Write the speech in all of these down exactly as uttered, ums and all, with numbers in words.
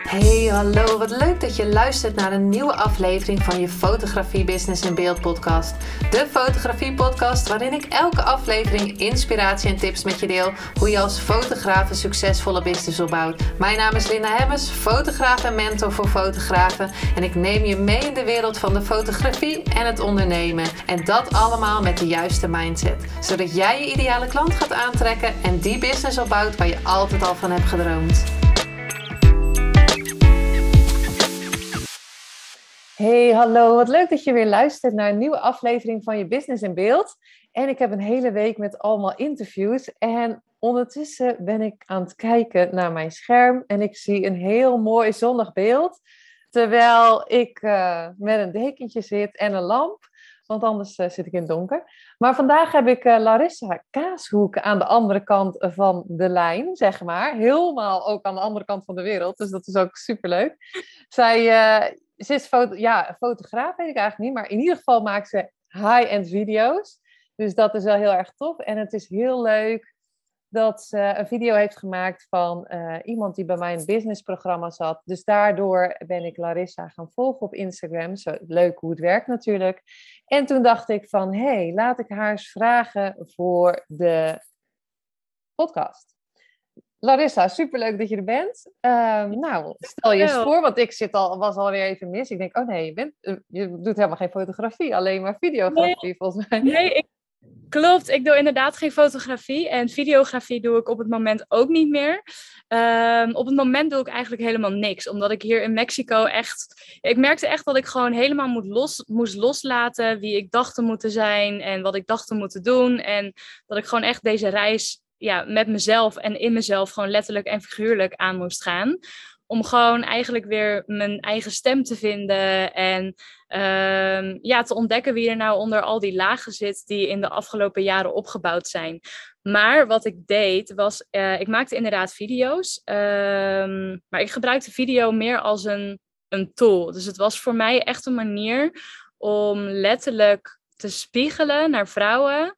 Hey, hallo. Wat leuk dat je luistert naar een nieuwe aflevering van je Fotografie Business in Beeld podcast. De fotografie podcast waarin ik elke aflevering inspiratie en tips met je deel hoe je als fotograaf een succesvolle business opbouwt. Mijn naam is Linda Hemmers, fotograaf en mentor voor fotografen en ik neem je mee in de wereld van de fotografie en het ondernemen. En dat allemaal met de juiste mindset, zodat jij je ideale klant gaat aantrekken en die business opbouwt waar je altijd al van hebt gedroomd. Hey, hallo. Wat leuk dat je weer luistert naar een nieuwe aflevering van je Business in Beeld. En ik heb een hele week met allemaal interviews. En ondertussen ben ik aan het kijken naar mijn scherm. En ik zie een heel mooi zonnig beeld. Terwijl ik uh, met een dekentje zit en een lamp. Want anders uh, zit ik in het donker. Maar vandaag heb ik uh, Larissa Kaashoek aan de andere kant van de lijn, zeg maar. Helemaal ook aan de andere kant van de wereld. Dus dat is ook superleuk. Zij... Uh, Ze is foto- ja, fotograaf, weet ik eigenlijk niet. Maar in ieder geval maakt ze high-end video's. Dus dat is wel heel erg tof. En het is heel leuk dat ze een video heeft gemaakt van uh, iemand die bij mijn businessprogramma zat. Dus daardoor ben ik Larissa gaan volgen op Instagram. Zo leuk hoe het werkt natuurlijk. En toen dacht ik van, hé, hey, laat ik haar eens vragen voor de podcast. Larissa, superleuk dat je er bent. Um, nou, stel je eens voor, want ik zit al, was alweer even mis. Ik denk, oh nee, je, bent, uh, je doet helemaal geen fotografie, alleen maar videografie nee, volgens mij. Nee, ik, klopt. Ik doe inderdaad geen fotografie en videografie doe ik op het moment ook niet meer. Um, op het moment doe ik eigenlijk helemaal niks, omdat ik hier in Mexico echt... Ik merkte echt dat ik gewoon helemaal moet los, moest loslaten wie ik dacht te moeten zijn en wat ik dacht te moeten doen. En dat ik gewoon echt deze reis... ja, met mezelf en in mezelf gewoon letterlijk en figuurlijk aan moest gaan. Om gewoon eigenlijk weer mijn eigen stem te vinden en um, ja, te ontdekken wie er nou onder al die lagen zit die in de afgelopen jaren opgebouwd zijn. Maar wat ik deed was, uh, ik maakte inderdaad video's, um, maar ik gebruikte video meer als een, een tool. Dus het was voor mij echt een manier om letterlijk te spiegelen naar vrouwen,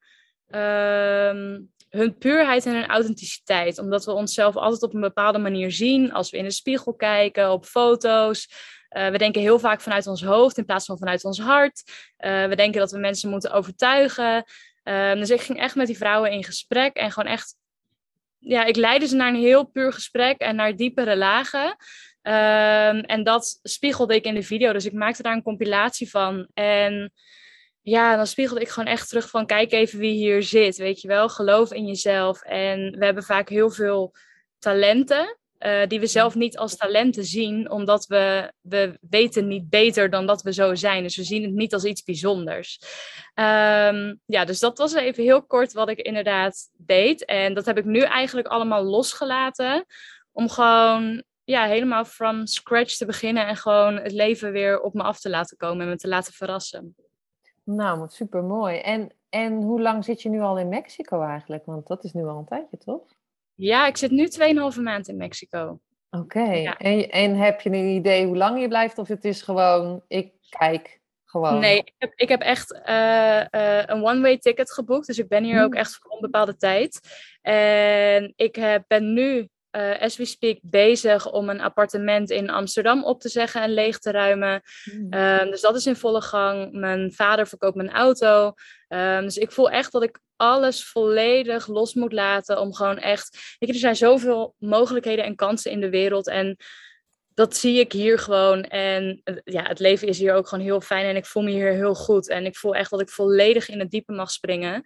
um, hun puurheid en hun authenticiteit. Omdat we onszelf altijd op een bepaalde manier zien. Als we in de spiegel kijken, op foto's. Uh, we denken heel vaak vanuit ons hoofd in plaats van vanuit ons hart. Uh, we denken dat we mensen moeten overtuigen. Uh, dus ik ging echt met die vrouwen in gesprek. En gewoon echt... Ja, ik leidde ze naar een heel puur gesprek en naar diepere lagen. Um, en dat spiegelde ik in de video. Dus ik maakte daar een compilatie van. En... ja, dan spiegelde ik gewoon echt terug van kijk even wie hier zit, weet je wel. Geloof in jezelf. En we hebben vaak heel veel talenten uh, die we zelf niet als talenten zien, omdat we, we weten niet beter dan dat we zo zijn. Dus we zien het niet als iets bijzonders. Um, ja, dus dat was even heel kort wat ik inderdaad deed. En dat heb ik nu eigenlijk allemaal losgelaten om gewoon... ja, helemaal from scratch te beginnen en gewoon het leven weer op me af te laten komen en me te laten verrassen. Nou, wat super mooi. En, en hoe lang zit je nu al in Mexico eigenlijk? Want dat is nu al een tijdje, toch? Ja, ik zit nu tweeënhalve maand in Mexico. Oké. Okay. Ja. En, en heb je een idee hoe lang je blijft? Of het is gewoon, ik kijk gewoon? Nee, ik heb, ik heb echt uh, uh, een one-way ticket geboekt. Dus ik ben hier hmm. ook echt voor onbepaalde tijd. En ik heb, ben nu... Uh, as we speak bezig om een appartement in Amsterdam op te zeggen en leeg te ruimen. Mm. Uh, dus dat is in volle gang. Mijn vader verkoopt mijn auto. Uh, dus ik voel echt dat ik alles volledig los moet laten om gewoon echt... Weet je, er zijn zoveel mogelijkheden en kansen in de wereld en dat zie ik hier gewoon. En uh, ja, het leven is hier ook gewoon heel fijn en ik voel me hier heel goed. En ik voel echt dat ik volledig in het diepe mag springen.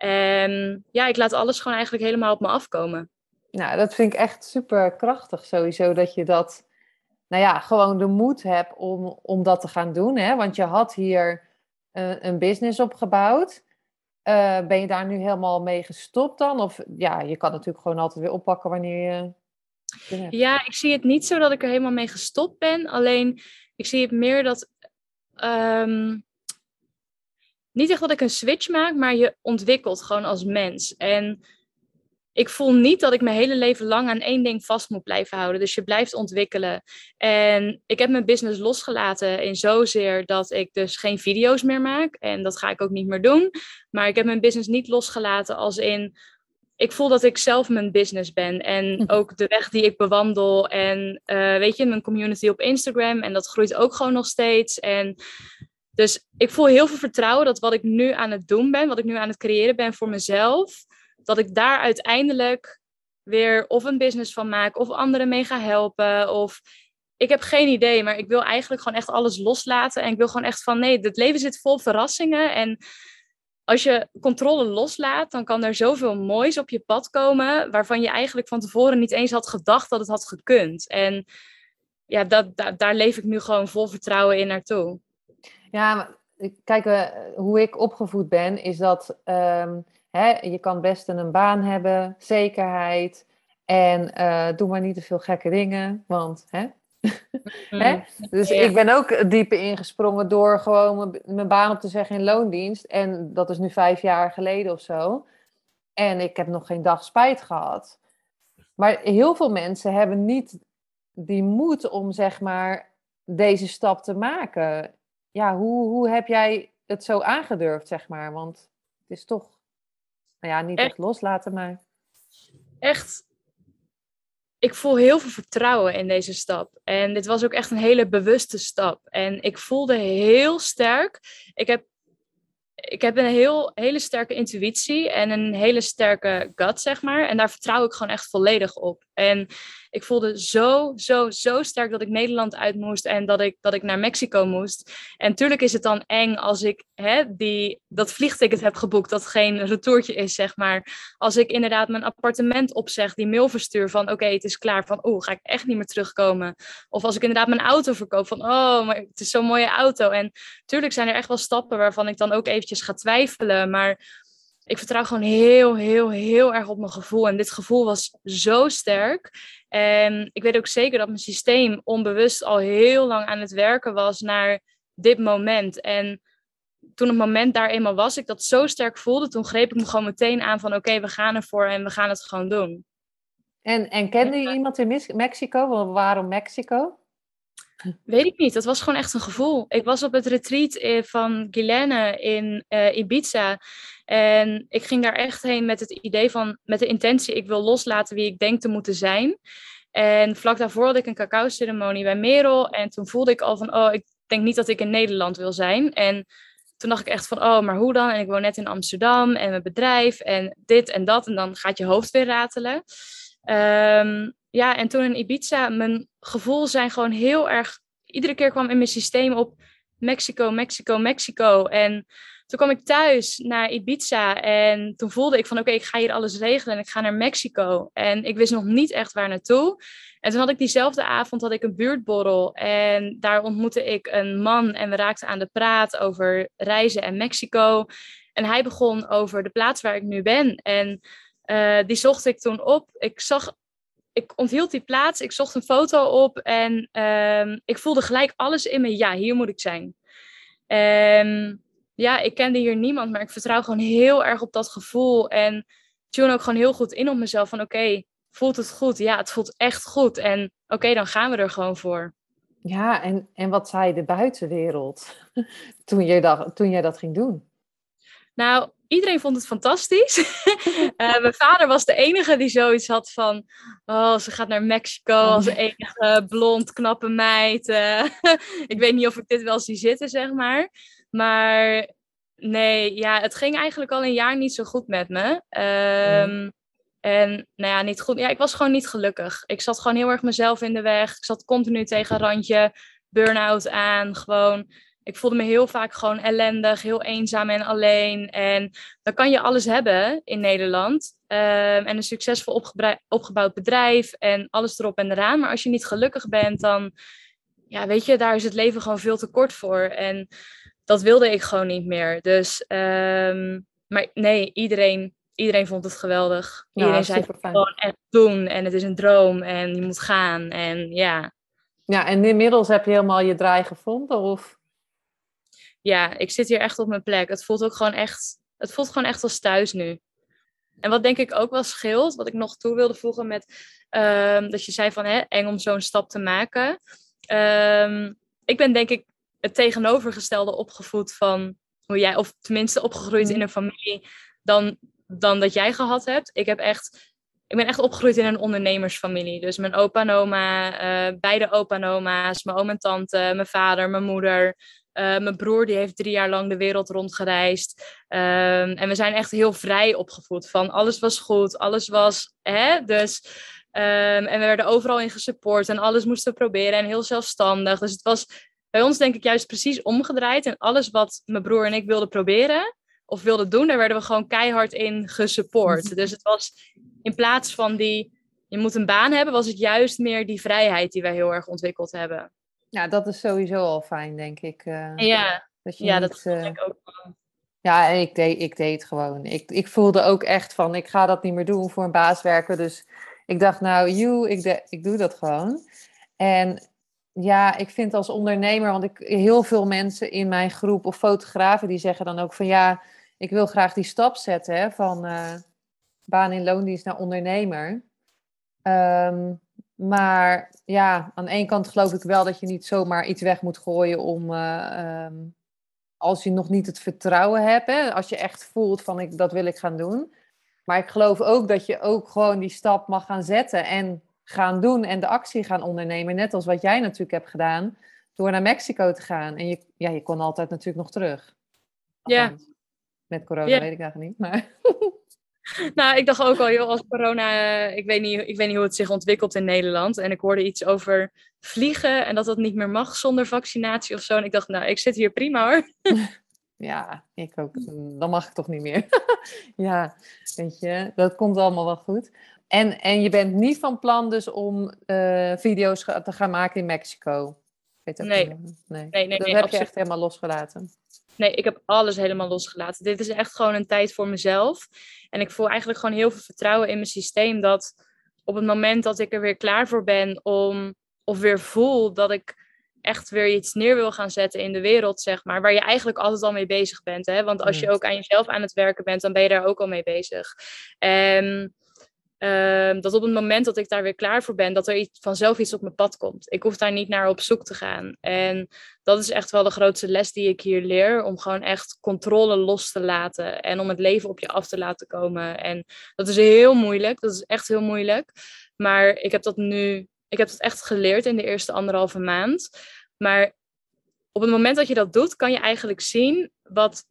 En ja, ik laat alles gewoon eigenlijk helemaal op me afkomen. Nou, dat vind ik echt super krachtig sowieso, dat je dat, nou ja, gewoon de moed hebt om, om dat te gaan doen. Hè? Want je had hier uh, een business opgebouwd. Uh, ben je daar nu helemaal mee gestopt dan? Of ja, je kan natuurlijk gewoon altijd weer oppakken wanneer je... Ja, ik zie het niet zo dat ik er helemaal mee gestopt ben. Alleen, ik zie het meer dat... Um... Niet echt dat ik een switch maak, maar je ontwikkelt gewoon als mens. En... ik voel niet dat ik mijn hele leven lang aan één ding vast moet blijven houden. Dus je blijft ontwikkelen. En ik heb mijn business losgelaten in zozeer dat ik dus geen video's meer maak. En dat ga ik ook niet meer doen. Maar ik heb mijn business niet losgelaten als in... ik voel dat ik zelf mijn business ben. En ook de weg die ik bewandel. En uh, weet je, mijn community op Instagram. En dat groeit ook gewoon nog steeds. En dus ik voel heel veel vertrouwen dat wat ik nu aan het doen ben, wat ik nu aan het creëren ben voor mezelf, dat ik daar uiteindelijk weer of een business van maak, of anderen mee ga helpen. Of ik heb geen idee, maar ik wil eigenlijk gewoon echt alles loslaten. En ik wil gewoon echt van, nee, het leven zit vol verrassingen. En als je controle loslaat, dan kan er zoveel moois op je pad komen, waarvan je eigenlijk van tevoren niet eens had gedacht dat het had gekund. En ja, dat, da- daar leef ik nu gewoon vol vertrouwen in naartoe. Ja, maar kijk, uh, hoe ik opgevoed ben, is dat um, hè, je kan best een baan hebben, zekerheid. En uh, doe maar niet te veel gekke dingen, want hè. Mm. hè? Dus Ja. ik ben ook diepe ingesprongen door gewoon mijn, mijn baan op te zeggen in loondienst. En dat is nu vijf jaar geleden of zo. En ik heb nog geen dag spijt gehad. Maar heel veel mensen hebben niet die moed om, zeg maar, deze stap te maken. Ja, hoe, hoe heb jij het zo aangedurfd, zeg maar? Want het is toch, nou ja, niet echt, echt loslaten, maar... Echt, ik voel heel veel vertrouwen in deze stap. En dit was ook echt een hele bewuste stap. En ik voelde heel sterk, ik heb Ik heb een heel, hele sterke intuïtie en een hele sterke gut, zeg maar. En daar vertrouw ik gewoon echt volledig op. En ik voelde zo, zo, zo sterk dat ik Nederland uit moest en dat ik, dat ik naar Mexico moest. En tuurlijk is het dan eng als ik hè, die, dat vliegticket heb geboekt, dat geen retourtje is, zeg maar. Als ik inderdaad mijn appartement opzeg, die mail verstuur van oké, okay, het is klaar, van oeh, ga ik echt niet meer terugkomen. Of als ik inderdaad mijn auto verkoop, van oh, maar het is zo'n mooie auto. En tuurlijk zijn er echt wel stappen waarvan ik dan ook eventjes ga twijfelen, maar ik vertrouw gewoon heel, heel, heel erg op mijn gevoel. En dit gevoel was zo sterk. En ik weet ook zeker dat mijn systeem onbewust al heel lang aan het werken was naar dit moment. En toen het moment daar eenmaal was, ik dat zo sterk voelde, toen greep ik me gewoon meteen aan van oké, okay, we gaan ervoor en we gaan het gewoon doen. En, en kende je iemand in Mexico? Waarom Mexico? Weet ik niet. Dat was gewoon echt een gevoel. Ik was op het retreat van Guilaine in uh, Ibiza. En ik ging daar echt heen met het idee van, met de intentie, ik wil loslaten wie ik denk te moeten zijn. En vlak daarvoor had ik een cacao-ceremonie bij Merel. En toen voelde ik al van, oh, ik denk niet dat ik in Nederland wil zijn. En toen dacht ik echt van, oh, maar hoe dan? En ik woon net in Amsterdam en mijn bedrijf en dit en dat. En dan gaat je hoofd weer ratelen. Um, ja, en toen in Ibiza, mijn gevoel zijn gewoon heel erg... Iedere keer kwam in mijn systeem op Mexico, Mexico, Mexico. En toen kwam ik thuis naar Ibiza en toen voelde ik van oké, okay, ik ga hier alles regelen en ik ga naar Mexico. En ik wist nog niet echt waar naartoe. En toen had ik diezelfde avond had ik een buurtborrel en daar ontmoette ik een man en we raakten aan de praat over reizen en Mexico. En hij begon over de plaats waar ik nu ben. En uh, die zocht ik toen op. Ik zag... Ik onthield die plaats, ik zocht een foto op en um, ik voelde gelijk alles in me. Ja, hier moet ik zijn. Um, ja, ik kende hier niemand, maar ik vertrouw gewoon heel erg op dat gevoel. En tune ook gewoon heel goed in op mezelf van oké, okay, voelt het goed? Ja, het voelt echt goed. En oké, okay, dan gaan we er gewoon voor. Ja, en, en wat zei de buitenwereld toen jij dat, toen jij dat ging doen? Nou, iedereen vond het fantastisch. uh, mijn vader was de enige die zoiets had van... Oh, ze gaat naar Mexico als enige blond, knappe meid. Uh, ik weet niet of ik dit wel zie zitten, zeg maar. Maar nee, ja, het ging eigenlijk al een jaar niet zo goed met me. Um, mm. En nou ja, niet goed. Ja, ik was gewoon niet gelukkig. Ik zat gewoon heel erg mezelf in de weg. Ik zat continu tegen een randje burn-out aan, gewoon... Ik voelde me heel vaak gewoon ellendig, heel eenzaam en alleen. En dan kan je alles hebben in Nederland. Um, en een succesvol opgebra- opgebouwd bedrijf en alles erop en eraan. Maar als je niet gelukkig bent, dan... Ja, weet je, daar is het leven gewoon veel te kort voor. En dat wilde ik gewoon niet meer. Dus, um, maar nee, iedereen, iedereen vond het geweldig. Ja, iedereen zei gewoon echt doen. En het is een droom en je moet gaan. En ja. Ja, en inmiddels heb je helemaal je draai gevonden, of... Ja, ik zit hier echt op mijn plek. Het voelt ook gewoon echt, het voelt gewoon echt als thuis nu. En wat denk ik ook wel scheelt, wat ik nog toe wilde voegen met, um, dat je zei van, hè, eng om zo'n stap te maken. Um, ik ben denk ik het tegenovergestelde opgevoed van hoe jij, of tenminste opgegroeid mm. in een familie, dan dan dat jij gehad hebt. Ik heb echt, ik ben echt opgegroeid in een ondernemersfamilie. Dus mijn opa en oma, uh, beide opa en oma's, mijn oom en tante, mijn vader, mijn moeder. Uh, mijn broer die heeft drie jaar lang de wereld rondgereisd. Um, en we zijn echt heel vrij opgevoed. Van alles was goed, alles was... Hè? Dus, um, en we werden overal in gesupport en alles moesten we proberen en heel zelfstandig. Dus het was bij ons denk ik juist precies omgedraaid. En alles wat mijn broer en ik wilden proberen of wilden doen, daar werden we gewoon keihard in gesupport. Dus het was in plaats van die, je moet een baan hebben, was het juist meer die vrijheid die wij heel erg ontwikkeld hebben. Ja, dat is sowieso al fijn, denk ik. Uh, ja, dat, je ja niet, dat vond uh... ik ook wel. Ja, en ik deed, ik deed het gewoon. Ik, ik voelde ook echt van, ik ga dat niet meer doen voor een baas werken. Dus ik dacht, nou, you, ik, de, ik doe dat gewoon. En ja, ik vind als ondernemer, want ik heel veel mensen in mijn groep of fotografen, die zeggen dan ook van, ja, ik wil graag die stap zetten, hè, van uh, baan in loondienst naar ondernemer. Um, maar ja, aan de ene kant geloof ik wel dat je niet zomaar iets weg moet gooien om... Uh, um, als je nog niet het vertrouwen hebt, hè, als je echt voelt van ik, dat wil ik gaan doen. Maar ik geloof ook dat je ook gewoon die stap mag gaan zetten en gaan doen en de actie gaan ondernemen. Net als wat jij natuurlijk hebt gedaan, door naar Mexico te gaan. En je, ja, je kon altijd natuurlijk nog terug. Althans, ja. Met corona ja. weet ik eigenlijk niet, maar... Nou, ik dacht ook al, joh, als corona, ik weet, niet, ik weet niet hoe het zich ontwikkelt in Nederland. En ik hoorde iets over vliegen en dat dat niet meer mag zonder vaccinatie of zo. En ik dacht, nou, ik zit hier prima hoor. Ja, ik ook. Dan mag ik toch niet meer. Ja, weet je, dat komt allemaal wel goed. En, en je bent niet van plan dus om uh, video's te gaan maken in Mexico? Weet nee. nee. nee. nee, nee, dat nee, heb absoluut. je echt helemaal losgelaten? Nee, ik heb alles helemaal losgelaten. Dit is echt gewoon een tijd voor mezelf. En ik voel eigenlijk gewoon heel veel vertrouwen in mijn systeem. Dat op het moment dat ik er weer klaar voor ben om... Of weer voel dat ik echt weer iets neer wil gaan zetten in de wereld, zeg maar. Waar je eigenlijk altijd al mee bezig bent. Hè? Want als je ook aan jezelf aan het werken bent, dan ben je daar ook al mee bezig. En... Um, dat op het moment dat ik daar weer klaar voor ben, dat er iets, vanzelf iets op mijn pad komt. Ik hoef daar niet naar op zoek te gaan. En dat is echt wel de grootste les die ik hier leer. Om gewoon echt controle los te laten. En om het leven op je af te laten komen. En dat is heel moeilijk. Dat is echt heel moeilijk. Maar ik heb dat nu... Ik heb dat echt geleerd in de eerste anderhalve maand. Maar op het moment dat je dat doet, kan je eigenlijk zien wat...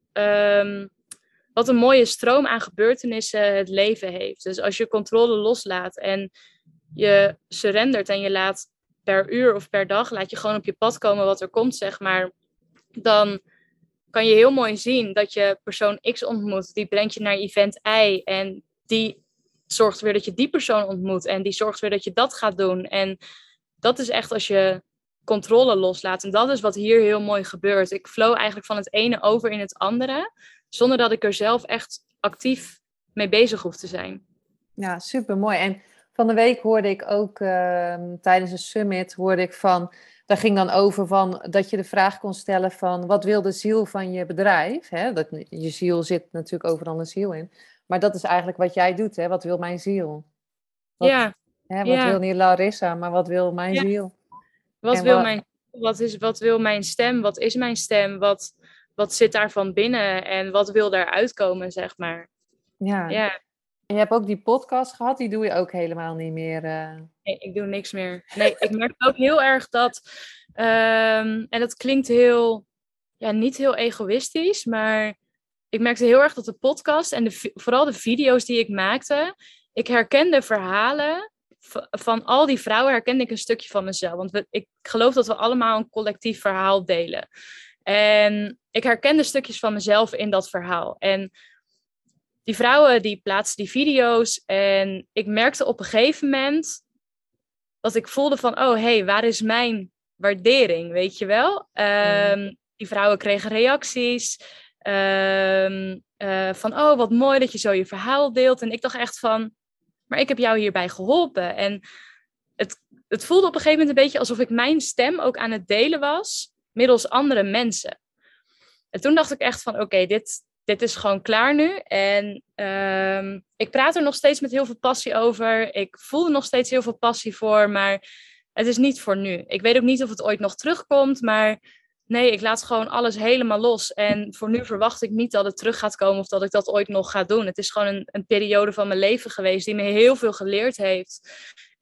Um, wat een mooie stroom aan gebeurtenissen het leven heeft. Dus als je controle loslaat en je surrendert en je laat per uur of per dag, laat je gewoon op je pad komen wat er komt, zeg maar. Dan kan je heel mooi zien dat je persoon X ontmoet. Die brengt je naar event Y en die zorgt weer dat je die persoon ontmoet. En die zorgt weer dat je dat gaat doen. En dat is echt als je controle loslaat. En dat is wat hier heel mooi gebeurt. Ik flow eigenlijk van het ene over in het andere, zonder dat ik er zelf echt actief mee bezig hoef te zijn. Ja, supermooi. En van de week hoorde ik ook uh, tijdens een summit, hoorde ik van, daar ging dan over van dat je de vraag kon stellen van, wat wil de ziel van je bedrijf? Hè? Dat, je ziel zit natuurlijk overal een ziel in. Maar dat is eigenlijk wat jij doet, hè? Wat wil mijn ziel? Wat, ja. Hè, wat ja. wil niet Larissa, maar wat wil mijn ja. ziel? Wat en wil wat... mijn wat is wat wil mijn stem? Wat is mijn stem? Wat, wat zit daar van binnen? En wat wil daaruit komen, zeg maar? Ja. ja. Je hebt ook die podcast gehad, die doe je ook helemaal niet meer. Uh... Nee, ik doe niks meer. Nee, ik merk ook heel erg dat, um, en dat klinkt heel, ja, niet heel egoïstisch, maar ik merkte heel erg dat de podcast en de, vooral de video's die ik maakte, ik herkende verhalen v- van al die vrouwen, herkende ik een stukje van mezelf. Want we, ik geloof dat we allemaal een collectief verhaal delen. En ik herkende stukjes van mezelf in dat verhaal. En die vrouwen die plaatsten die video's en ik merkte op een gegeven moment dat ik voelde van, oh hé, hey, waar is mijn waardering, weet je wel? Um, mm. Die vrouwen kregen reacties um, uh, van, oh wat mooi dat je zo je verhaal deelt. En ik dacht echt van, maar ik heb jou hierbij geholpen. En het, het voelde op een gegeven moment een beetje alsof ik mijn stem ook aan het delen was, middels andere mensen. En toen dacht ik echt van, oké, okay, dit... Dit is gewoon klaar nu. En um, ik praat er nog steeds met heel veel passie over. Ik voel er nog steeds heel veel passie voor. Maar het is niet voor nu. Ik weet ook niet of het ooit nog terugkomt. Maar nee, ik laat gewoon alles helemaal los. En voor nu verwacht ik niet dat het terug gaat komen of dat ik dat ooit nog ga doen. Het is gewoon een, een periode van mijn leven geweest die me heel veel geleerd heeft.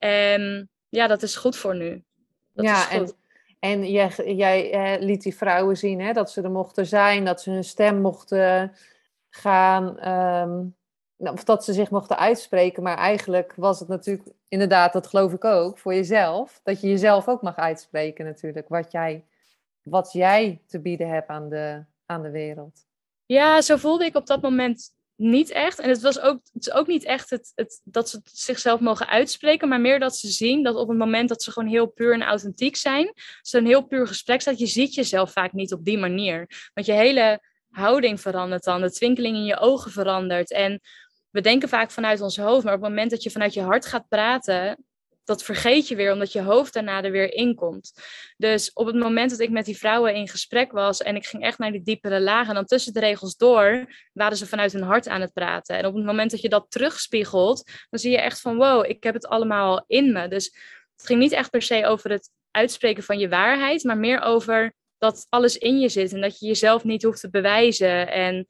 En ja, dat is goed voor nu. Dat is Ja, goed. en, en jij, jij eh, liet die vrouwen zien, hè, dat ze er mochten zijn, dat ze hun stem mochten gaan, ehm, nou, of dat ze zich mochten uitspreken. Maar eigenlijk was het natuurlijk, inderdaad, dat geloof ik ook, voor jezelf, dat je jezelf ook mag uitspreken natuurlijk, wat jij, wat jij te bieden hebt aan de, aan de wereld. Ja, zo voelde ik op dat moment niet echt. En het was ook, het is ook niet echt het, het, dat ze het zichzelf mogen uitspreken, maar meer dat ze zien dat op het moment dat ze gewoon heel puur en authentiek zijn, als er een heel puur gesprek staat, je ziet jezelf vaak niet op die manier. Want je hele houding verandert dan, de twinkeling in je ogen verandert. En we denken vaak vanuit ons hoofd, maar op het moment dat je vanuit je hart gaat praten, dat vergeet je weer, omdat je hoofd daarna er weer in komt. Dus op het moment dat ik met die vrouwen in gesprek was en ik ging echt naar die diepere lagen, en dan tussen de regels door, waren ze vanuit hun hart aan het praten. En op het moment dat je dat terugspiegelt, dan zie je echt van wow, ik heb het allemaal al in me. Dus het ging niet echt per se over het uitspreken van je waarheid, maar meer over dat alles in je zit en dat je jezelf niet hoeft te bewijzen. En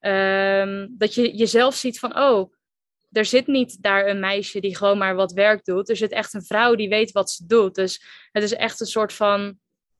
um, dat je jezelf ziet van oh, er zit niet daar een meisje die gewoon maar wat werk doet. Er zit echt een vrouw die weet wat ze doet. Dus het is echt een soort van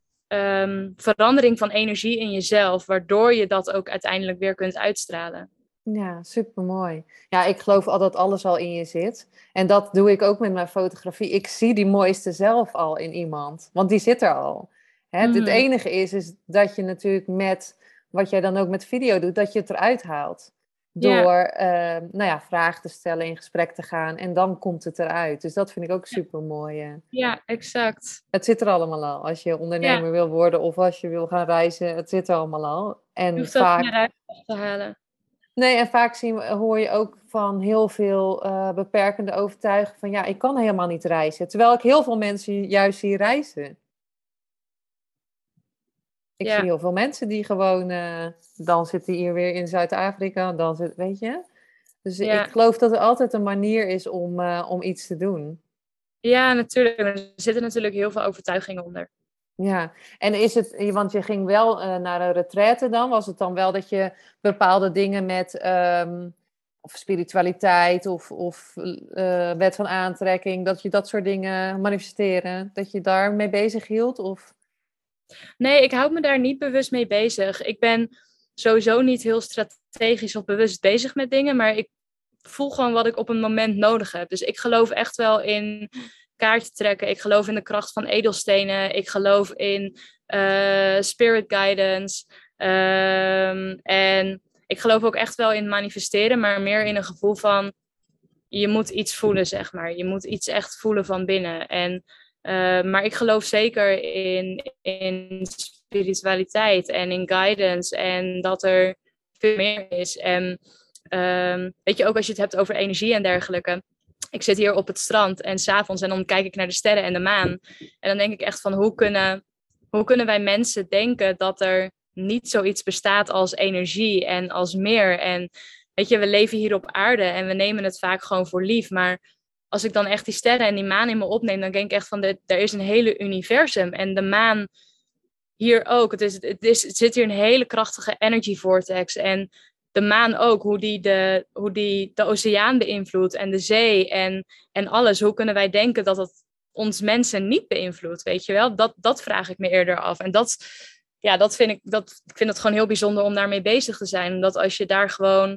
um, verandering van energie in jezelf, waardoor je dat ook uiteindelijk weer kunt uitstralen. Ja, supermooi. Ja, ik geloof al dat alles al in je zit. En dat doe ik ook met mijn fotografie. Ik zie die mooiste zelf al in iemand, want die zit er al. Hè, het Mm-hmm. enige is, is dat je natuurlijk met, wat jij dan ook met video doet, dat je het eruit haalt. Door yeah. uh, nou ja, vragen te stellen, in gesprek te gaan en dan komt het eruit. Dus dat vind ik ook super mooi. Ja, exact. Het zit er allemaal al. Als je ondernemer ja. wil worden of als je wil gaan reizen, het zit er allemaal al. En je hoeft vaak... dat niet eruit te halen. Nee, en vaak zien, hoor je ook van heel veel uh, beperkende overtuigingen van ja, ik kan helemaal niet reizen. Terwijl ik heel veel mensen juist zie reizen. Ik ja. zie heel veel mensen die gewoon, uh, dan zitten hier weer in Zuid-Afrika, dan zit, weet je. Dus ja. ik geloof dat er altijd een manier is om, uh, om iets te doen. Ja, natuurlijk. Er zitten natuurlijk heel veel overtuigingen onder. Ja, en is het, want je ging wel uh, naar een retraite dan, was het dan wel dat je bepaalde dingen met um, of spiritualiteit of, of uh, wet van aantrekking, dat je dat soort dingen manifesteren, dat je daarmee bezig hield? Of? Nee, ik houd me daar niet bewust mee bezig. Ik ben sowieso niet heel strategisch of bewust bezig met dingen, maar ik voel gewoon wat ik op een moment nodig heb. Dus ik geloof echt wel in kaarten trekken. Ik geloof in de kracht van edelstenen. Ik geloof in uh, spirit guidance. Um, en ik geloof ook echt wel in manifesteren, maar meer in een gevoel van je moet iets voelen, zeg maar. Je moet iets echt voelen van binnen. En, uh, maar ik geloof zeker in, in spiritualiteit en in guidance en dat er veel meer is. En um, weet je, ook als je het hebt over energie en dergelijke. Ik zit hier op het strand en 's avonds en dan kijk ik naar de sterren en de maan. En dan denk ik echt van hoe kunnen, hoe kunnen wij mensen denken dat er niet zoiets bestaat als energie en als meer. En weet je, we leven hier op aarde en we nemen het vaak gewoon voor lief. Maar als ik dan echt die sterren en die maan in me opneem, dan denk ik echt van er is een hele universum. En de maan hier ook. Het, is, het, is, het zit hier een hele krachtige energy vortex. En de maan ook, hoe die de, hoe die de oceaan beïnvloedt en de zee en, en alles. Hoe kunnen wij denken dat het ons mensen niet beïnvloedt, weet je wel? Dat, dat vraag ik me eerder af. En dat, ja, dat vind ik, dat, ik vind het gewoon heel bijzonder om daarmee bezig te zijn. Omdat als je daar gewoon...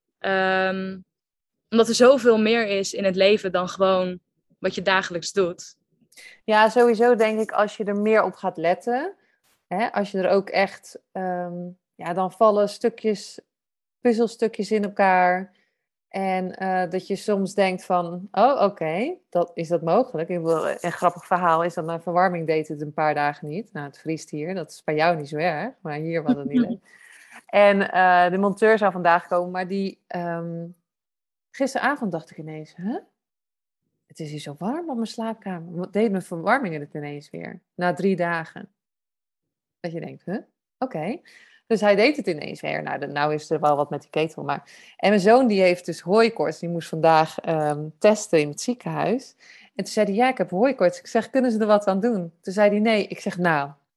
Um, omdat er zoveel meer is in het leven dan gewoon wat je dagelijks doet. Ja, sowieso denk ik als je er meer op gaat letten. Hè, als je er ook echt... Um, ja, dan vallen stukjes... puzzelstukjes in elkaar. En uh, dat je soms denkt van... Oh, oké, okay, dat, is dat mogelijk? Ik bedoel, een grappig verhaal is dat mijn verwarming deed het een paar dagen niet. Nou, het vriest hier. Dat is bij jou niet zo erg. Maar hier was het niet leuk. En uh, de monteur zou vandaag komen. Maar die... Um, gisteravond dacht ik ineens... Huh? Het is hier zo warm op mijn slaapkamer. Wat deed mijn verwarming het ineens weer? Na drie dagen. Dat je denkt, huh? Oké. Okay. Dus hij deed het ineens weer. Nou, de, nou is er wel wat met die ketel. Maar... En mijn zoon die heeft dus hooikoorts. Die moest vandaag um, testen in het ziekenhuis. En toen zei hij, ja, ik heb hooikoorts. Ik zeg, kunnen ze er wat aan doen? Toen zei hij, nee. Ik zeg, nou,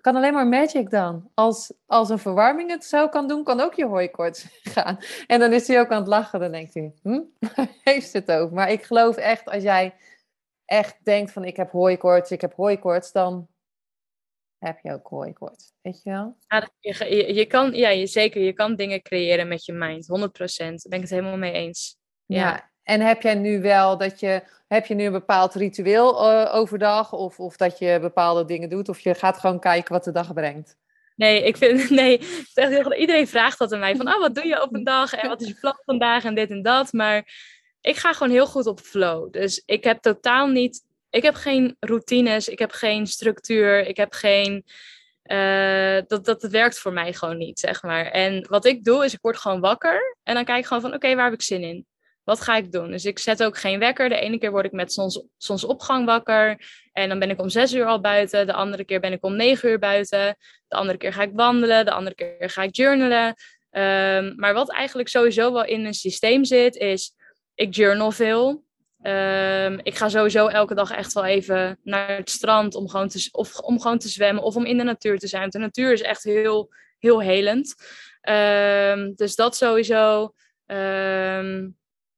kan alleen maar magic dan. Als, als een verwarming het zo kan doen, kan ook je hooikoorts gaan. En dan is hij ook aan het lachen. Dan denkt hij, hm, waar heeft het over? Maar ik geloof echt, als jij echt denkt van ik heb hooikoorts, ik heb hooikoorts, dan heb je ook hooikoorts. Weet je wel? Ja, dat- je, je, je kan, ja, je, zeker, je kan dingen creëren met je mind, honderd procent. Daar ben ik het helemaal mee eens. Ja. Ja, en heb jij nu wel dat je, heb je nu een bepaald ritueel uh, overdag? Of, of dat je bepaalde dingen doet? Of je gaat gewoon kijken wat de dag brengt? Nee, ik vind, nee, het is echt heel, iedereen vraagt dat aan mij. Van, oh, wat doe je op een dag? En wat is je plan vandaag? En dit en dat. Maar ik ga gewoon heel goed op flow. Dus ik heb totaal niet, ik heb geen routines. Ik heb geen structuur. Ik heb geen, uh, dat, dat het werkt voor mij gewoon niet, zeg maar. En wat ik doe, is ik word gewoon wakker. En dan kijk ik gewoon van, oké, okay, waar heb ik zin in? Wat ga ik doen? Dus ik zet ook geen wekker. De ene keer word ik met zons, zonsopgang wakker. En dan ben ik om zes uur al buiten. De andere keer ben ik om negen uur buiten. De andere keer ga ik wandelen. De andere keer ga ik journalen. Um, maar wat eigenlijk sowieso wel in een systeem zit, is ik journal veel. Um, ik ga sowieso elke dag echt wel even naar het strand om gewoon te, of, om gewoon te zwemmen of om in de natuur te zijn. Want de natuur is echt heel, heel helend. Um, dus dat sowieso. Um,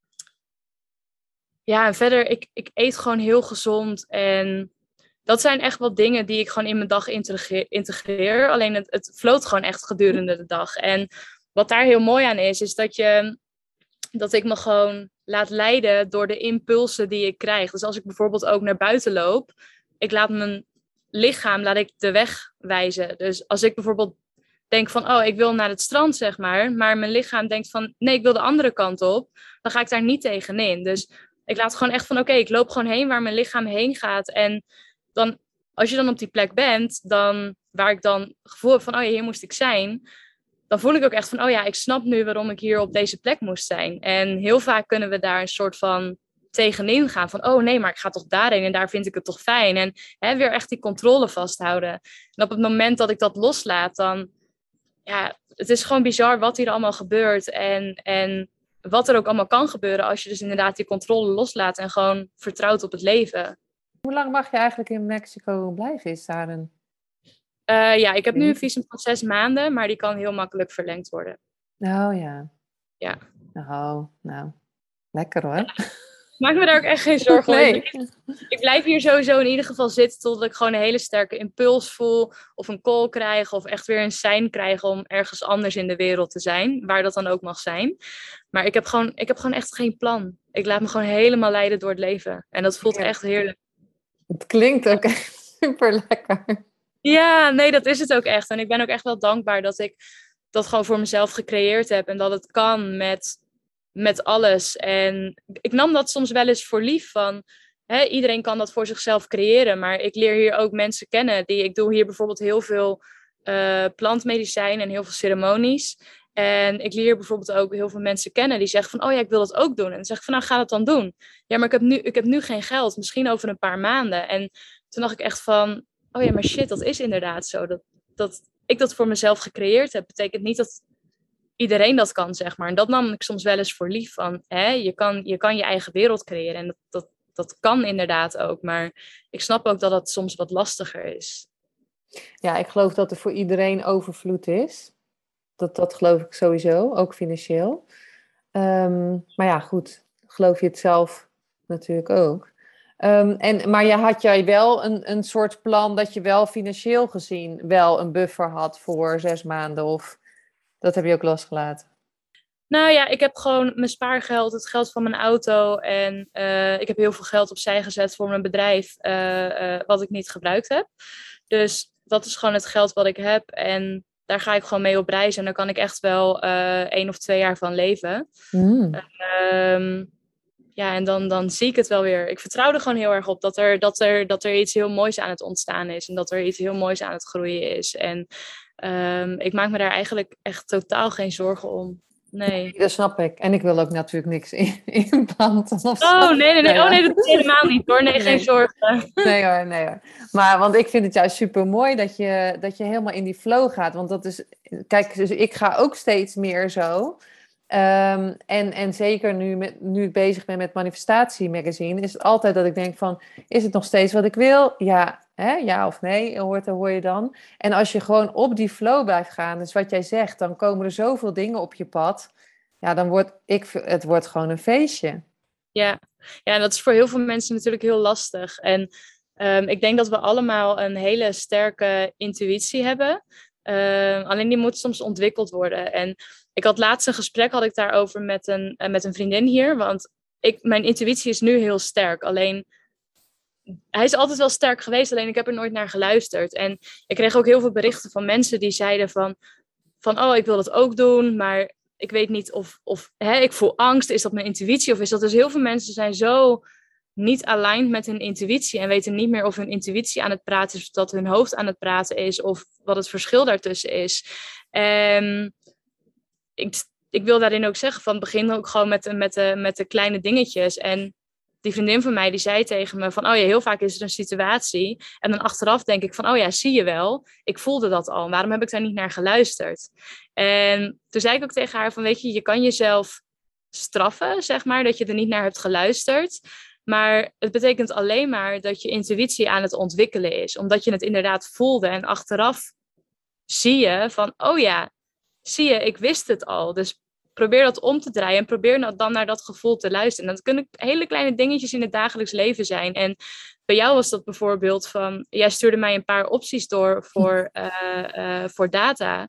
Ja, en verder, ik, ik eet gewoon heel gezond. En dat zijn echt wel dingen die ik gewoon in mijn dag integreer. integreer. Alleen het, het floot gewoon echt gedurende de dag. En wat daar heel mooi aan is, is dat, je, dat ik me gewoon laat leiden door de impulsen die ik krijg. Dus als ik bijvoorbeeld ook naar buiten loop, ik laat mijn lichaam laat ik de weg wijzen. Dus als ik bijvoorbeeld denk van, oh, ik wil naar het strand, zeg maar. Maar mijn lichaam denkt van, nee, ik wil de andere kant op. Dan ga ik daar niet tegenin. Dus ik laat gewoon echt van, oké, okay, ik loop gewoon heen waar mijn lichaam heen gaat. En dan, als je dan op die plek bent, dan, waar ik dan het gevoel heb van, oh ja, hier moest ik zijn. Dan voel ik ook echt van, oh ja, ik snap nu waarom ik hier op deze plek moest zijn. En heel vaak kunnen we daar een soort van tegenin gaan. Van, oh nee, maar ik ga toch daarheen en daar vind ik het toch fijn. En hè, weer echt die controle vasthouden. En op het moment dat ik dat loslaat, dan, ja, het is gewoon bizar wat hier allemaal gebeurt. En, en wat er ook allemaal kan gebeuren als je dus inderdaad die controle loslaat en gewoon vertrouwt op het leven. Hoe lang mag je eigenlijk in Mexico blijven, is daar een... Uh, ja, ik heb nu een visum van zes maanden, maar die kan heel makkelijk verlengd worden. Oh ja. Ja. Oh, nou, lekker hoor. Ja. Maak me daar ook echt geen zorgen om. Nee. Ik, ik blijf hier sowieso in ieder geval zitten totdat ik gewoon een hele sterke impuls voel. Of een call krijg of echt weer een sein krijg om ergens anders in de wereld te zijn. Waar dat dan ook mag zijn. Maar ik heb gewoon, ik heb gewoon echt geen plan. Ik laat me gewoon helemaal leiden door het leven. En dat voelt ja. echt heerlijk. Het klinkt ook echt super lekker. Ja, nee, dat is het ook echt. En ik ben ook echt wel dankbaar dat ik dat gewoon voor mezelf gecreëerd heb. En dat het kan met... met alles. En ik nam dat soms wel eens voor lief van, hè, iedereen kan dat voor zichzelf creëren, maar ik leer hier ook mensen kennen. Die, ik doe hier bijvoorbeeld heel veel uh, plantmedicijn en heel veel ceremonies. En ik leer bijvoorbeeld ook heel veel mensen kennen die zeggen van, oh ja, ik wil dat ook doen. En dan zeg ik van, nou, ga dat dan doen. Ja, maar ik heb nu, ik heb nu geen geld, misschien over een paar maanden. En toen dacht ik echt van, oh ja, maar shit, dat is inderdaad zo. Dat, dat ik dat voor mezelf gecreëerd heb, betekent niet dat iedereen dat kan, zeg maar. En dat nam ik soms wel eens voor lief van, hè, je kan, je kan je eigen wereld creëren. En dat, dat, dat kan inderdaad ook. Maar ik snap ook dat het soms wat lastiger is. Ja, ik geloof dat er voor iedereen overvloed is. Dat, dat geloof ik sowieso, ook financieel. Um, maar ja, goed, geloof je het zelf natuurlijk ook. Um, en, maar je had jij wel een, een soort plan dat je wel financieel gezien wel een buffer had voor zes maanden? Of dat heb je ook losgelaten? Nou ja, ik heb gewoon mijn spaargeld, het geld van mijn auto en uh, ik heb heel veel geld opzij gezet voor mijn bedrijf, uh, uh, wat ik niet gebruikt heb. Dus dat is gewoon het geld wat ik heb en daar ga ik gewoon mee op reis en daar kan ik echt wel uh, één of twee jaar van leven. Mm. Uh, um, ja, en dan, dan zie ik het wel weer. Ik vertrouw er gewoon heel erg op dat er, dat, er, dat er iets heel moois aan het ontstaan is en dat er iets heel moois aan het groeien is. En um, ik maak me daar eigenlijk echt totaal geen zorgen om. Nee. nee, dat snap ik. En ik wil ook natuurlijk niks inplanten. In oh, nee, nee, nee. Oh, nee, dat is helemaal niet hoor. Nee, nee. Geen zorgen. Nee hoor, nee hoor. Maar, want ik vind het juist super mooi dat je, dat je helemaal in die flow gaat. Want dat is, kijk, dus ik ga ook steeds meer zo. Um, en, en zeker nu, met, nu ik bezig ben met Manifestatie Magazine, is het altijd dat ik denk van, is het nog steeds wat ik wil? Ja, Hè? Ja of nee, hoort, hoor je dan. En als je gewoon op die flow blijft gaan, dus wat jij zegt, dan komen er zoveel dingen op je pad. Ja, dan wordt ik, het wordt gewoon een feestje. Ja. Ja, en dat is voor heel veel mensen natuurlijk heel lastig. En um, ik denk dat we allemaal een hele sterke intuïtie hebben. Um, alleen die moet soms ontwikkeld worden. En ik had laatst een gesprek had ik daarover met een, uh, met een vriendin hier. Want ik, mijn intuïtie is nu heel sterk. Alleen, hij is altijd wel sterk geweest. Alleen ik heb er nooit naar geluisterd. En ik kreeg ook heel veel berichten van mensen die zeiden van... van oh, ik wil dat ook doen, maar ik weet niet of, of hè, ik voel angst. Is dat mijn intuïtie of is dat... Dus heel veel mensen zijn zo niet aligned met hun intuïtie en weten niet meer of hun intuïtie aan het praten is of dat hun hoofd aan het praten is of wat het verschil daartussen is. En ik, ik wil daarin ook zeggen van begin ook gewoon met de, met, de, met de kleine dingetjes. En die vriendin van mij die zei tegen me van oh ja, heel vaak is er een situatie en dan achteraf denk ik van oh ja, zie je wel, ik voelde dat al, waarom heb ik daar niet naar geluisterd? En toen zei ik ook tegen haar van weet je, je kan jezelf straffen, zeg maar, dat je er niet naar hebt geluisterd, maar het betekent alleen maar dat je intuïtie aan het ontwikkelen is, omdat je het inderdaad voelde en achteraf zie je van oh ja, zie je, ik wist het al, dus probeer dat om te draaien en probeer dan naar dat gevoel te luisteren. En dat kunnen hele kleine dingetjes in het dagelijks leven zijn. En bij jou was dat bijvoorbeeld van... Jij stuurde mij een paar opties door voor, uh, uh, voor data.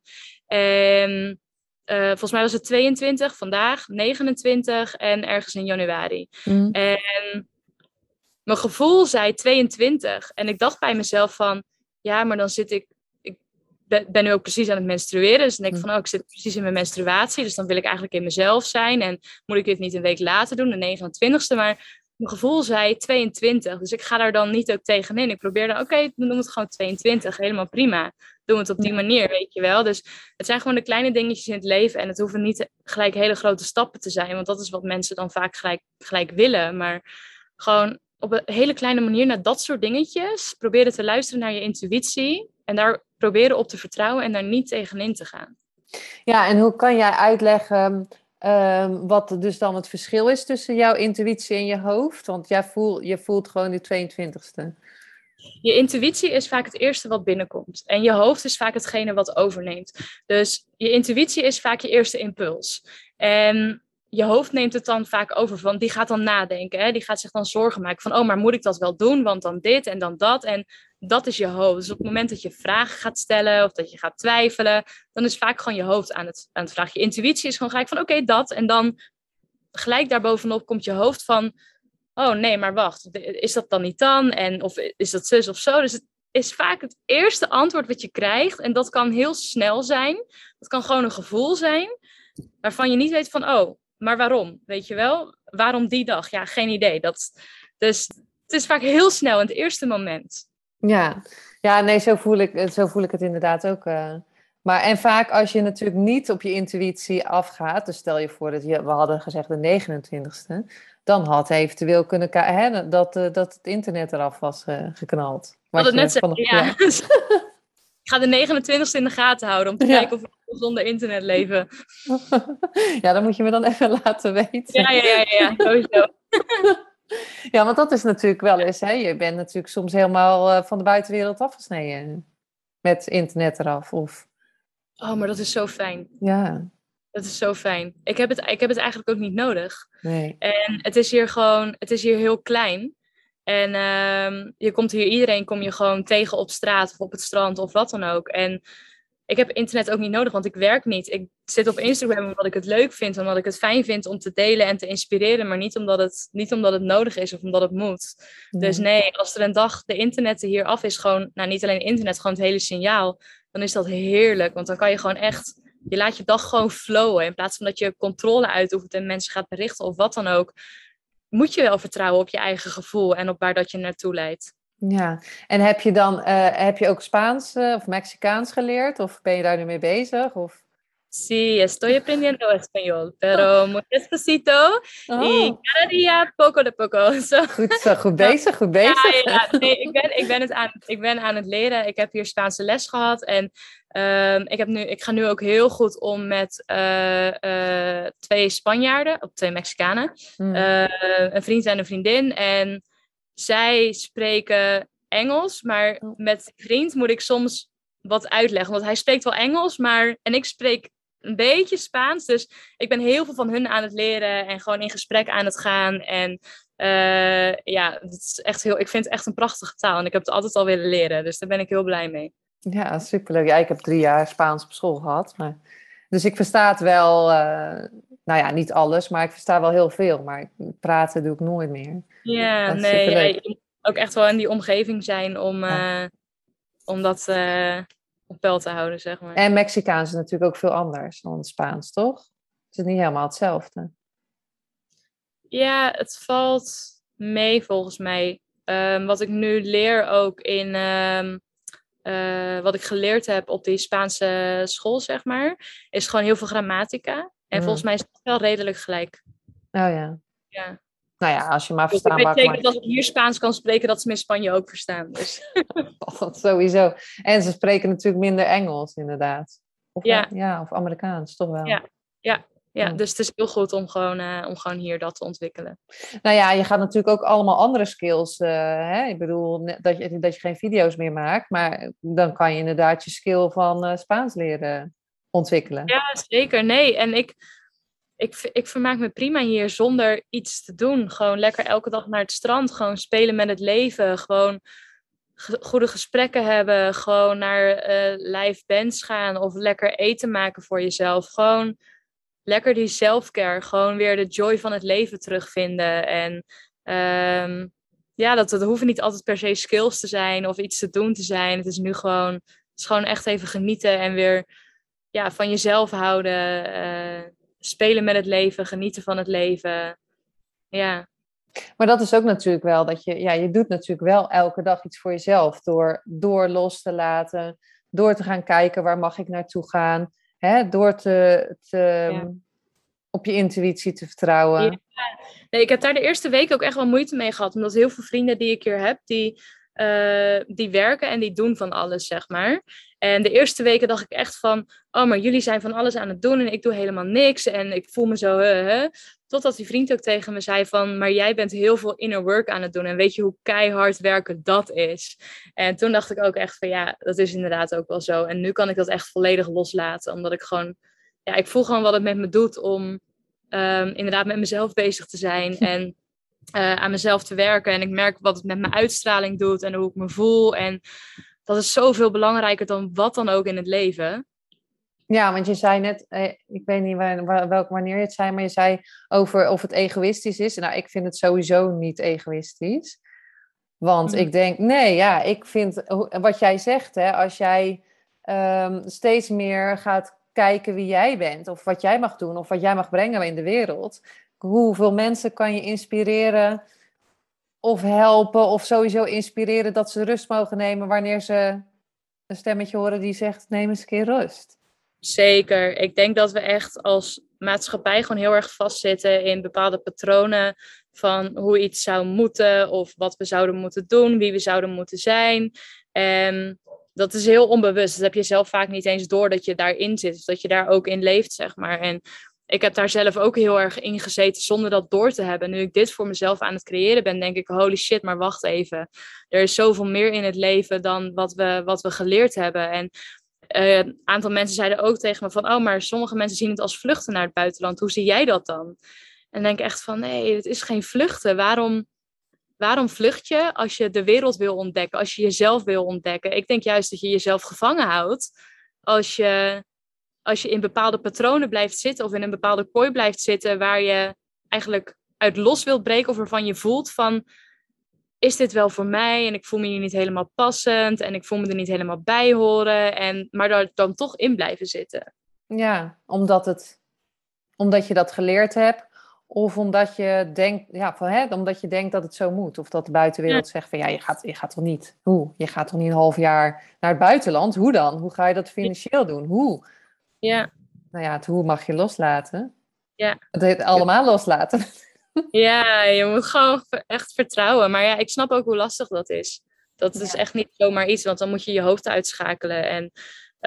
En uh, volgens mij was het tweeëntwintig vandaag, negenentwintig en ergens in januari. Mm. En mijn gevoel zei tweeëntwintig. En ik dacht bij mezelf van... Ja, maar dan zit ik... ben, ben nu ook precies aan het menstrueren. Dus dan denk ik van, oh, ik zit precies in mijn menstruatie. Dus dan wil ik eigenlijk in mezelf zijn. En moet ik dit niet een week later doen, de negenentwintigste. Maar mijn gevoel zei tweeëntwintig. Dus ik ga daar dan niet ook tegenin. Ik probeer dan, oké, okay, dan doen we het gewoon tweeëntwintig. Helemaal prima. Doen we het op die manier, weet je wel. Dus het zijn gewoon de kleine dingetjes in het leven. En het hoeven niet gelijk hele grote stappen te zijn. Want dat is wat mensen dan vaak gelijk, gelijk willen. Maar gewoon op een hele kleine manier naar dat soort dingetjes. Proberen te luisteren naar je intuïtie. En daar proberen op te vertrouwen en daar niet tegenin te gaan. Ja, en hoe kan jij uitleggen um, wat dus dan het verschil is tussen jouw intuïtie en je hoofd? Want jij voelt, je voelt gewoon die tweeëntwintigste. Je intuïtie is vaak het eerste wat binnenkomt. En je hoofd is vaak hetgene wat overneemt. Dus je intuïtie is vaak je eerste impuls. En je hoofd neemt het dan vaak over. Van, die gaat dan nadenken. Hè? Die gaat zich dan zorgen maken van... oh, maar moet ik dat wel doen? Want dan dit en dan dat. En dat is je hoofd. Dus op het moment dat je vragen gaat stellen... of dat je gaat twijfelen... dan is vaak gewoon je hoofd aan het, aan het vragen. Je intuïtie is gewoon gelijk van... oké, okay, dat. En dan gelijk daarbovenop komt je hoofd van... oh nee, maar wacht. Is dat dan niet dan? En of is dat zus of zo? Dus het is vaak het eerste antwoord wat je krijgt. En dat kan heel snel zijn. Dat kan gewoon een gevoel zijn... waarvan je niet weet van... oh, maar waarom? Weet je wel? Waarom die dag? Ja, geen idee. Dat, dus het is vaak heel snel in het eerste moment. Ja, ja nee, zo voel ik, zo voel ik het inderdaad ook. Uh. Maar en vaak als je natuurlijk niet op je intuïtie afgaat... dus stel je voor dat je, we hadden gezegd de negenentwintigste... dan had eventueel kunnen... Hè, dat, uh, dat het internet eraf was uh, geknald. Ik wilde het net zeggen, ja. ja. Ik ga de negenentwintigste in de gaten houden... om te ja. kijken of we zonder internet leven. Ja, dan moet je me dan even laten weten. Ja, ja, ja, ja, sowieso. Ja, want dat is natuurlijk wel eens... Hè? Je bent natuurlijk soms helemaal uh, van de buitenwereld afgesneden. Met internet eraf. Of... Oh, maar dat is zo fijn. Ja. Dat is zo fijn. Ik heb het, ik heb het eigenlijk ook niet nodig. Nee. En het is hier gewoon... Het is hier heel klein. En uh, je komt hier... Iedereen kom je gewoon tegen op straat... of op het strand of wat dan ook. En... Ik heb internet ook niet nodig, want ik werk niet. Ik zit op Instagram omdat ik het leuk vind, omdat ik het fijn vind om te delen en te inspireren, maar niet omdat het, niet omdat het nodig is of omdat het moet. Nee. Dus nee, als er een dag de internet hier af is, gewoon, nou niet alleen internet, gewoon het hele signaal, dan is dat heerlijk. Want dan kan je gewoon echt, je laat je dag gewoon flowen. In plaats van dat je controle uitoefent en mensen gaat berichten of wat dan ook, moet je wel vertrouwen op je eigen gevoel en op waar dat je naartoe leidt. Ja, en heb je dan uh, heb je ook Spaans uh, of Mexicaans geleerd? Of ben je daar nu mee bezig? Of... Sí, estoy aprendiendo español, pero muy despacito oh. y cada día poco de poco. So. Goed, zo, goed bezig, goed bezig. Ja, ja, nee, ik, ben, ik, ben het aan, ik ben aan het leren. Ik heb hier Spaanse les gehad en um, ik, heb nu, ik ga nu ook heel goed om met uh, uh, twee Spanjaarden, of twee Mexicanen, hmm. uh, een vriend en een vriendin. En zij spreken Engels, maar met vriend moet ik soms wat uitleggen. Want hij spreekt wel Engels, maar en ik spreek een beetje Spaans. Dus ik ben heel veel van hun aan het leren en gewoon in gesprek aan het gaan. En uh, ja, het is echt heel, ik vind het echt een prachtige taal. En ik heb het altijd al willen leren, dus daar ben ik heel blij mee. Ja, superleuk. Ja, ik heb drie jaar Spaans op school gehad. Maar... Dus ik versta het wel, uh, nou ja, niet alles, maar ik versta wel heel veel. Maar praten doe ik nooit meer. Ja, dat is nee, ja, superleuk. je moet ook echt wel in die omgeving zijn om, uh, ja. om dat uh, op peil te houden, zeg maar. En Mexicaans is natuurlijk ook veel anders dan Spaans, toch? Het is niet helemaal hetzelfde. Ja, het valt mee volgens mij. Um, wat ik nu leer ook in... Um, Uh, wat ik geleerd heb op die Spaanse school, zeg maar, is gewoon heel veel grammatica. En mm. volgens mij is het wel redelijk gelijk. Oh ja. Ja. Nou ja, als je maar dus verstaanbaar ik weet zeker dat als ik hier Spaans kan spreken, dat ze me in Spanje ook verstaan. Dus. Dat sowieso. En ze spreken natuurlijk minder Engels, inderdaad. Of, ja. ja, of Amerikaans, toch wel. Ja, ja. Ja, dus het is heel goed om gewoon, uh, om gewoon hier dat te ontwikkelen. Nou ja, je gaat natuurlijk ook allemaal andere skills. Uh, hè? Ik bedoel, dat je, dat je geen video's meer maakt. Maar dan kan je inderdaad je skill van uh, Spaans leren ontwikkelen. Ja, zeker. Nee, en ik, ik, ik vermaak me prima hier zonder iets te doen. Gewoon lekker elke dag naar het strand. Gewoon spelen met het leven. Gewoon ge- goede gesprekken hebben. Gewoon naar uh, live bands gaan. Of lekker eten maken voor jezelf. Gewoon... lekker die self-care, gewoon weer de joy van het leven terugvinden. En um, ja, dat, dat hoeven niet altijd per se skills te zijn of iets te doen te zijn. Het is nu gewoon, het is gewoon echt even genieten en weer ja, van jezelf houden. Uh, spelen met het leven, genieten van het leven. Ja. Maar dat is ook natuurlijk wel dat je, ja, je doet natuurlijk wel elke dag iets voor jezelf. Door, door los te laten, door te gaan kijken waar mag ik naartoe gaan. Hè, door te, te, ja. op je intuïtie te vertrouwen. Ja. Nee, ik heb daar de eerste week ook echt wel moeite mee gehad. Omdat heel veel vrienden die ik hier heb, die, uh, die werken en die doen van alles, zeg maar. En de eerste weken dacht ik echt van... oh, maar jullie zijn van alles aan het doen en ik doe helemaal niks. En ik voel me zo... Uh, uh. Totdat die vriend ook tegen me zei van... maar jij bent heel veel inner work aan het doen. En weet je hoe keihard werken dat is? En toen dacht ik ook echt van ja, dat is inderdaad ook wel zo. En nu kan ik dat echt volledig loslaten. Omdat ik gewoon... ja, ik voel gewoon wat het met me doet om... Um, inderdaad met mezelf bezig te zijn en uh, aan mezelf te werken. En ik merk wat het met mijn uitstraling doet en hoe ik me voel. En dat is zoveel belangrijker dan wat dan ook in het leven. Ja, want je zei net, eh, ik weet niet waar, welk wanneer je het zei, maar je zei over of het egoïstisch is. Nou, ik vind het sowieso niet egoïstisch. Want mm. ik denk, nee, ja, ik vind wat jij zegt, hè, als jij um, steeds meer gaat kijken wie jij bent, of wat jij mag doen, of wat jij mag brengen in de wereld. Hoeveel mensen kan je inspireren of helpen, of sowieso inspireren dat ze rust mogen nemen wanneer ze een stemmetje horen die zegt, neem eens een keer rust. Zeker. Ik denk dat we echt als maatschappij gewoon heel erg vastzitten in bepaalde patronen van hoe iets zou moeten, of wat we zouden moeten doen, wie we zouden moeten zijn. En dat is heel onbewust. Dat heb je zelf vaak niet eens door dat je daarin zit. Of dat je daar ook in leeft, zeg maar. En ik heb daar zelf ook heel erg in gezeten zonder dat door te hebben. Nu ik dit voor mezelf aan het creëren ben, denk ik, holy shit, maar wacht even. Er is zoveel meer in het leven dan wat we, wat we geleerd hebben. En uh, een aantal mensen zeiden ook tegen me van, oh, maar sommige mensen zien het als vluchten naar het buitenland. Hoe zie jij dat dan? En dan denk ik echt van, nee, het is geen vluchten. Waarom... Waarom vlucht je als je de wereld wil ontdekken, als je jezelf wil ontdekken? Ik denk juist dat je jezelf gevangen houdt als je, als je in bepaalde patronen blijft zitten of in een bepaalde kooi blijft zitten waar je eigenlijk uit los wilt breken of waarvan je voelt van, is dit wel voor mij? En ik voel me hier niet helemaal passend en ik voel me er niet helemaal bij horen, en, maar daar dan toch in blijven zitten. Ja, omdat, het, omdat je dat geleerd hebt. Of omdat je denkt, ja, van, hè, omdat je denkt dat het zo moet. Of dat de buitenwereld ja. zegt van ja, je gaat, je gaat toch niet. Hoe? Je gaat toch niet een half jaar naar het buitenland? Hoe dan? Hoe ga je dat financieel doen? Hoe? Ja. Nou ja, het hoe mag je loslaten. Ja. Het heet allemaal loslaten. Ja, je moet gewoon echt vertrouwen. Maar ja, ik snap ook hoe lastig dat is. Dat is ja. echt niet zomaar iets, want dan moet je je hoofd uitschakelen. En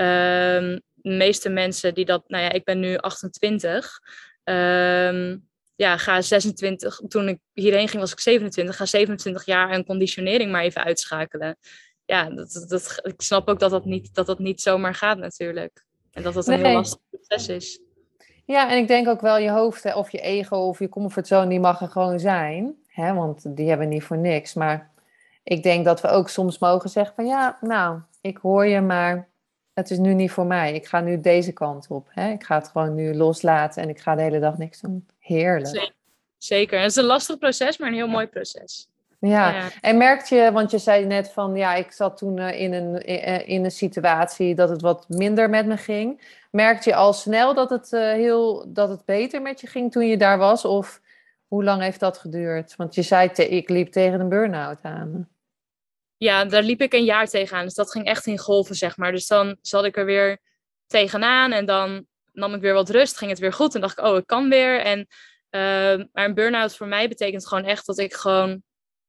um, de meeste mensen die dat, nou ja, ik ben nu achtentwintig. Um, ja, ga zesentwintig, toen ik hierheen ging was ik zevenentwintig, ga zevenentwintig jaar en conditionering maar even uitschakelen. Ja, dat, dat, dat, ik snap ook dat dat, niet, dat dat niet zomaar gaat natuurlijk. En dat dat een heel Nee. lastig proces is. Ja, en ik denk ook wel je hoofd hè, of je ego of je comfortzone, die mag er gewoon zijn. Hè, want die hebben niet voor niks. Maar ik denk dat we ook soms mogen zeggen van ja, nou, ik hoor je, maar het is nu niet voor mij. Ik ga nu deze kant op. Hè? Ik ga het gewoon nu loslaten en ik ga de hele dag niks doen. Heerlijk. Zeker. Zeker. Het is een lastig proces, maar een heel mooi proces. Ja, Ja. en merkte je, want je zei net van ja, ik zat toen uh, in, een, uh, in een situatie dat het wat minder met me ging. Merkte je al snel dat het, uh, heel, dat het beter met je ging toen je daar was? Of hoe lang heeft dat geduurd? Want je zei, te, ik liep tegen een burn-out aan. Ja, daar liep ik een jaar tegenaan. Dus dat ging echt in golven, zeg maar. Dus dan zat ik er weer tegenaan en dan nam ik weer wat rust, ging het weer goed. En dacht ik, oh, ik kan weer. En, uh, maar een burn-out voor mij betekent gewoon echt dat ik gewoon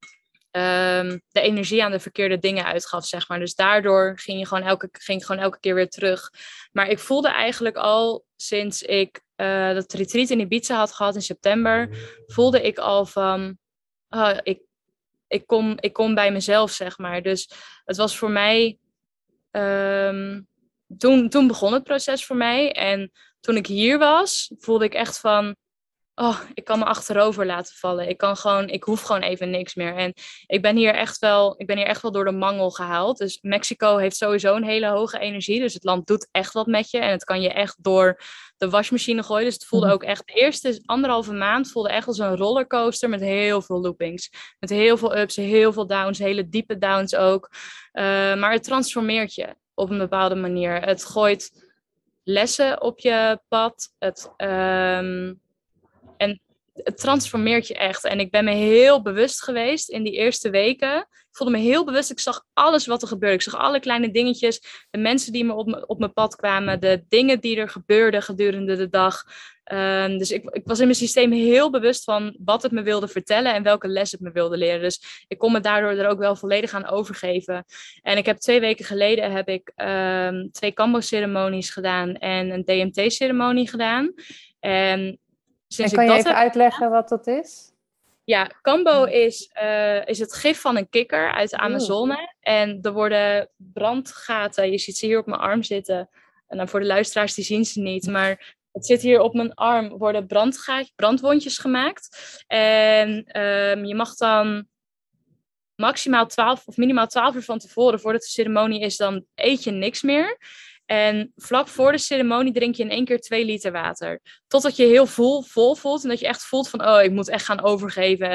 Um, de energie aan de verkeerde dingen uitgaf, zeg maar. Dus daardoor ging, je gewoon elke, ging ik gewoon elke keer weer terug. Maar ik voelde eigenlijk al sinds ik uh, dat retreat in Ibiza had gehad in september, voelde ik al van, oh, ik, ik, kom, ik kom bij mezelf, zeg maar. Dus het was voor mij, um, toen, toen begon het proces voor mij. En toen ik hier was, voelde ik echt van, oh, ik kan me achterover laten vallen. Ik kan gewoon, ik hoef gewoon even niks meer. En ik ben hier echt wel, ik ben hier echt wel door de mangel gehaald. Dus Mexico heeft sowieso een hele hoge energie. Dus het land doet echt wat met je. En het kan je echt door de wasmachine gooien. Dus het voelde ook echt, de eerste anderhalve maand voelde echt als een rollercoaster met heel veel loopings. Met heel veel ups, heel veel downs, hele diepe downs ook. Uh, maar het transformeert je op een bepaalde manier. Het gooit lessen op je pad. Het... Um, En het transformeert je echt. En ik ben me heel bewust geweest in die eerste weken. Ik voelde me heel bewust. Ik zag alles wat er gebeurde. Ik zag alle kleine dingetjes. De mensen die me op, me, op mijn pad kwamen. De dingen die er gebeurden gedurende de dag. Um, dus ik, ik was in mijn systeem heel bewust van wat het me wilde vertellen. En welke les het me wilde leren. Dus ik kon me daardoor er ook wel volledig aan overgeven. En ik heb twee weken geleden heb ik um, twee Kambo-ceremonies gedaan. En een D M T-ceremonie gedaan. En Sinds en kan je even heb... uitleggen wat dat is? Ja, Kambo is, uh, is het gif van een kikker uit de Amazone. Oeh. En er worden brandgaten, je ziet ze hier op mijn arm zitten. En dan voor de luisteraars, die zien ze niet. Maar het zit hier op mijn arm, worden brandgaatjes, brandwondjes gemaakt. En um, je mag dan maximaal twaalf of minimaal twaalf uur van tevoren, voordat de ceremonie is, dan eet je niks meer. En vlak voor de ceremonie drink je in één keer twee liter water. Totdat je heel vol, vol voelt. En dat je echt voelt van, oh, ik moet echt gaan overgeven.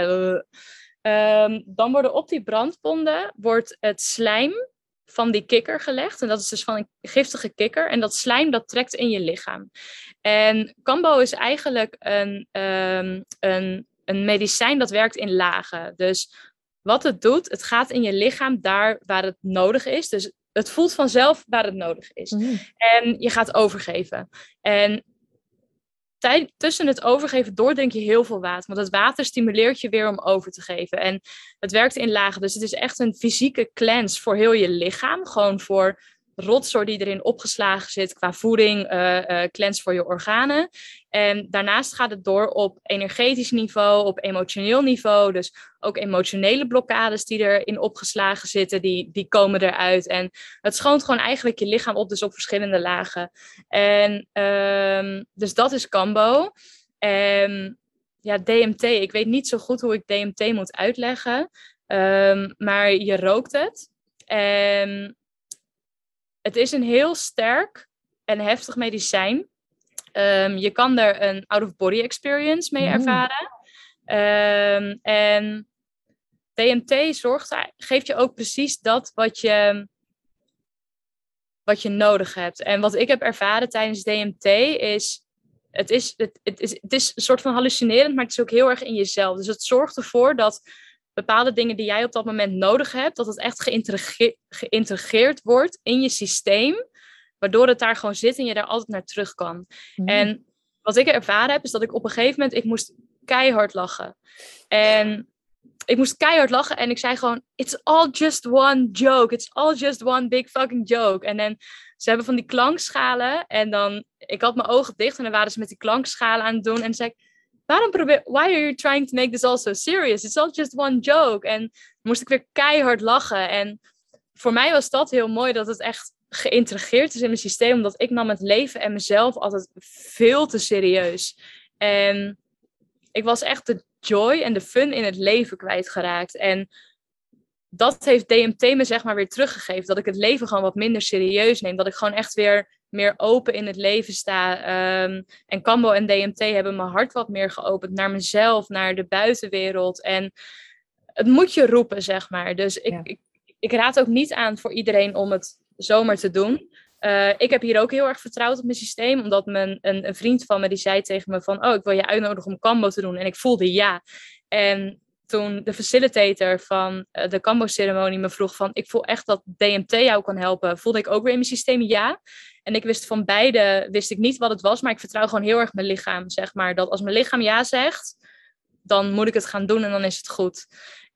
Uh, um, dan worden op die brandwonden wordt het slijm van die kikker gelegd. En dat is dus van een giftige kikker. En dat slijm, dat trekt in je lichaam. En Kambo is eigenlijk een, um, een, een medicijn dat werkt in lagen. Dus wat het doet, het gaat in je lichaam daar waar het nodig is. Dus het voelt vanzelf waar het nodig is. Mm. En je gaat overgeven. En tij- tussen het overgeven door drink je heel veel water. Want het water stimuleert je weer om over te geven. En het werkt in lagen. Dus het is echt een fysieke cleanse voor heel je lichaam. Gewoon voor rotzooi die erin opgeslagen zit qua voeding. Uh, uh, cleanse voor je organen. En daarnaast gaat het door op energetisch niveau, op emotioneel niveau. Dus ook emotionele blokkades die erin opgeslagen zitten, die, die komen eruit. En het schoont gewoon eigenlijk je lichaam op, dus op verschillende lagen. En um, dus dat is Kambo. En ja, D M T. Ik weet niet zo goed hoe ik D M T moet uitleggen. Um, maar je rookt het. En het is een heel sterk en heftig medicijn. Um, je kan er een out-of-body experience mee ervaren. Um, en D M T zorgt, geeft je ook precies dat wat je, wat je nodig hebt. En wat ik heb ervaren tijdens D M T is... Het is, het, het, is, het is een soort van hallucinerend, maar het is ook heel erg in jezelf. Dus het zorgt ervoor dat bepaalde dingen die jij op dat moment nodig hebt, dat het echt geïntegreerd, geïntegreerd wordt in je systeem. Waardoor het daar gewoon zit en je daar altijd naar terug kan. Mm. En wat ik ervaren heb, is dat ik op een gegeven moment, ik moest keihard lachen. En ik moest keihard lachen en ik zei gewoon, it's all just one joke. It's all just one big fucking joke. En dan, ze hebben van die klankschalen en dan, ik had mijn ogen dicht en dan waren ze met die klankschalen aan het doen. En dan zei ik, waarom probeer, why are you trying to make this all so serious? It's all just one joke. En moest ik weer keihard lachen. En voor mij was dat heel mooi, dat het echt geïntegreerd is in mijn systeem, omdat ik nam het leven en mezelf altijd veel te serieus. En ik was echt de joy en de fun in het leven kwijtgeraakt. En dat heeft D M T me zeg maar weer teruggegeven. Dat ik het leven gewoon wat minder serieus neem. Dat ik gewoon echt weer meer open in het leven sta. Um, en Kambo en D M T hebben mijn hart wat meer geopend naar mezelf, naar de buitenwereld. En het moet je roepen, zeg maar. Dus ik, ja. ik, ik raad ook niet aan voor iedereen om het zomaar te doen. Uh, ik heb hier ook heel erg vertrouwd op mijn systeem. Omdat mijn, een, een vriend van me die zei tegen me van, oh, ik wil je uitnodigen om Kambo te doen. En ik voelde ja. En toen de facilitator van uh, de Kambo-ceremonie me vroeg van, ik voel echt dat D M T jou kan helpen, voelde ik ook weer in mijn systeem ja. En ik wist van beide, wist ik niet wat het was, maar ik vertrouw gewoon heel erg mijn lichaam, zeg maar. Dat als mijn lichaam ja zegt, dan moet ik het gaan doen en dan is het goed.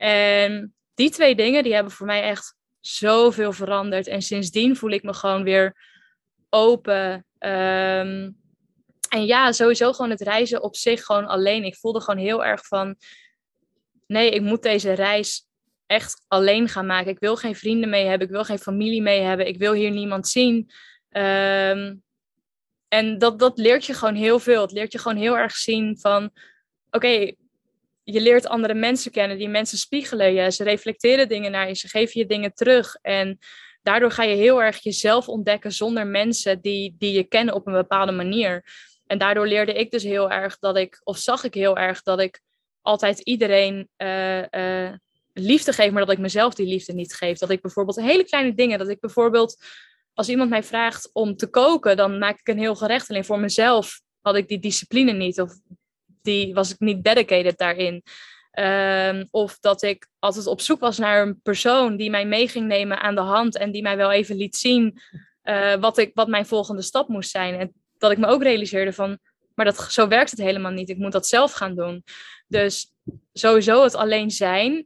En die twee dingen, die hebben voor mij echt zoveel veranderd. En sindsdien voel ik me gewoon weer open. Um, en ja, sowieso gewoon het reizen op zich gewoon alleen. Ik voelde gewoon heel erg van, nee, ik moet deze reis echt alleen gaan maken. Ik wil geen vrienden mee hebben. Ik wil geen familie mee hebben. Ik wil hier niemand zien. Um, en dat, dat leert je gewoon heel veel. Het leert je gewoon heel erg zien van, oké, okay, je leert andere mensen kennen. Die mensen spiegelen je. Ze reflecteren dingen naar je. Ze geven je dingen terug. En daardoor ga je heel erg jezelf ontdekken zonder mensen die, die je kennen op een bepaalde manier. En daardoor leerde ik dus heel erg dat ik, of zag ik heel erg dat ik altijd iedereen uh, uh, liefde geef, maar dat ik mezelf die liefde niet geef. Dat ik bijvoorbeeld hele kleine dingen, dat ik bijvoorbeeld, als iemand mij vraagt om te koken, dan maak ik een heel gerecht. Alleen voor mezelf had ik die discipline niet, of die was ik niet dedicated daarin. Um, of dat ik altijd op zoek was naar een persoon die mij mee ging nemen aan de hand en die mij wel even liet zien uh, wat, ik, wat mijn volgende stap moest zijn. En dat ik me ook realiseerde van, maar dat, zo werkt het helemaal niet. Ik moet dat zelf gaan doen. Dus sowieso het alleen zijn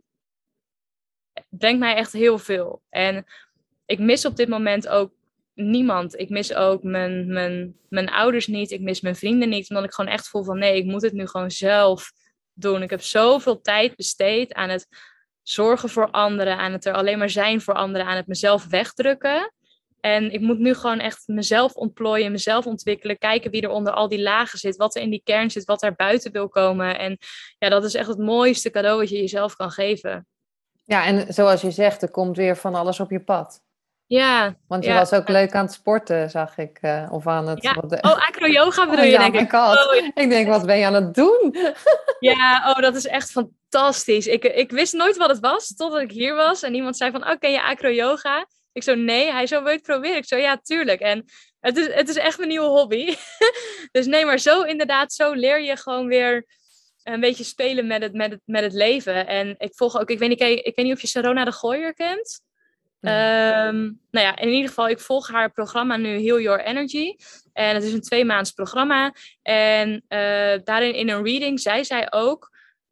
brengt mij echt heel veel. En ik mis op dit moment ook niemand. Ik mis ook mijn, mijn, mijn ouders niet. Ik mis mijn vrienden niet. Omdat ik gewoon echt voel van, nee, ik moet het nu gewoon zelf doen. Ik heb zoveel tijd besteed aan het zorgen voor anderen, aan het er alleen maar zijn voor anderen, aan het mezelf wegdrukken. En ik moet nu gewoon echt mezelf ontplooien, mezelf ontwikkelen, kijken wie er onder al die lagen zit, wat er in die kern zit, wat er buiten wil komen. En ja, dat is echt het mooiste cadeau wat je jezelf kan geven. Ja, en zoals je zegt, er komt weer van alles op je pad. Ja. Want je ja. was ook leuk aan het sporten, zag ik. Uh, of aan het... Ja. Wat de... Oh, acro-yoga bedoel oh, je, ja, denk ik. Oh, ja. Ik denk, wat ben je aan het doen? Ja, oh, dat is echt fantastisch. Ik, ik wist nooit wat het was, totdat ik hier was. En iemand zei van, oh, ken je acro-yoga? Ik zo, nee. Hij zo, wil je het proberen? Ik zo, ja, tuurlijk. En het is, het is echt mijn nieuwe hobby. Dus nee, maar zo inderdaad, zo leer je gewoon weer een beetje spelen met het, met het, met het leven. En ik volg ook, ik weet niet, ik weet niet of je Sharona de Gooier kent. Nee. Um, nou ja, in ieder geval, ik volg haar programma nu Heal Your Energy. En het is een tweemaands programma. En uh, daarin in een reading zei zij ook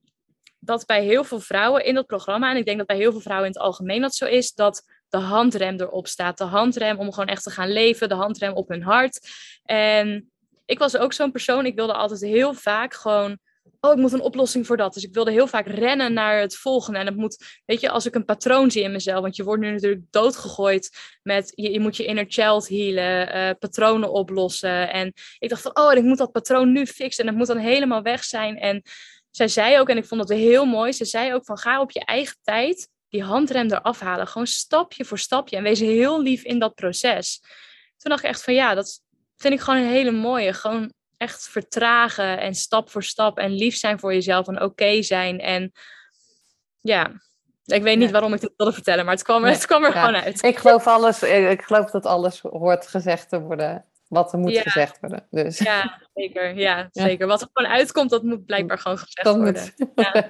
dat bij heel veel vrouwen in dat programma, en ik denk dat bij heel veel vrouwen in het algemeen dat zo is, dat de handrem erop staat. De handrem om gewoon echt te gaan leven. De handrem op hun hart. En ik was ook zo'n persoon, ik wilde altijd heel vaak gewoon, oh, ik moet een oplossing voor dat. Dus ik wilde heel vaak rennen naar het volgende. En het moet, weet je, als ik een patroon zie in mezelf, want je wordt nu natuurlijk doodgegooid met, je, je moet je inner child healen, uh, patronen oplossen. En ik dacht van, oh, ik moet dat patroon nu fixen. En het moet dan helemaal weg zijn. En zij zei ook, en ik vond het heel mooi, ze zei ook van, ga op je eigen tijd die handrem eraf halen. Gewoon stapje voor stapje. En wees heel lief in dat proces. Toen dacht ik echt van, ja, dat vind ik gewoon een hele mooie. Gewoon echt vertragen en stap voor stap en lief zijn voor jezelf en oké okay zijn. En ja, ik weet niet ja. waarom ik dit wilde vertellen, maar het kwam, nee. het kwam er ja. gewoon uit. Ik geloof, alles, ik geloof dat alles hoort gezegd te worden, wat er moet ja. gezegd worden. Dus. Ja, zeker. Ja, ja, zeker. Wat er gewoon uitkomt, dat moet blijkbaar gewoon gezegd dat worden. Moet. Ja.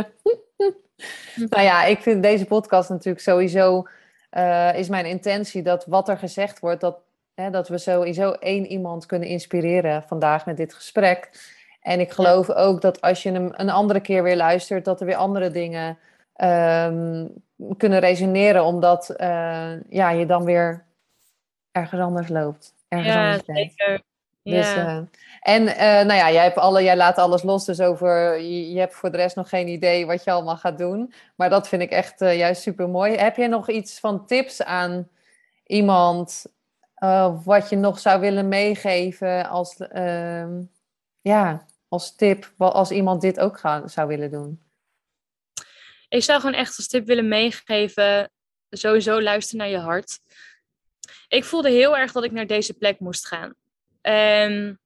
Nou ja, ik vind deze podcast natuurlijk sowieso, uh, is mijn intentie dat wat er gezegd wordt, dat Hè, dat we sowieso één iemand kunnen inspireren vandaag met dit gesprek. En ik geloof ja. ook dat als je hem een andere keer weer luistert, dat er weer andere dingen um, kunnen resoneren. Omdat uh, ja, je dan weer ergens anders loopt. Ergens ja, anders bent. Zeker. Dus, Ja. uh, en uh, nou ja, jij, hebt alle, jij laat alles los, dus over, je, je hebt voor de rest nog geen idee wat je allemaal gaat doen. Maar dat vind ik echt uh, juist super mooi. Heb je nog iets van tips aan iemand, uh, wat je nog zou willen meegeven als, uh, ja, als tip, als iemand dit ook gaan, zou willen doen? Ik zou gewoon echt als tip willen meegeven, sowieso luister naar je hart. Ik voelde heel erg dat ik naar deze plek moest gaan. En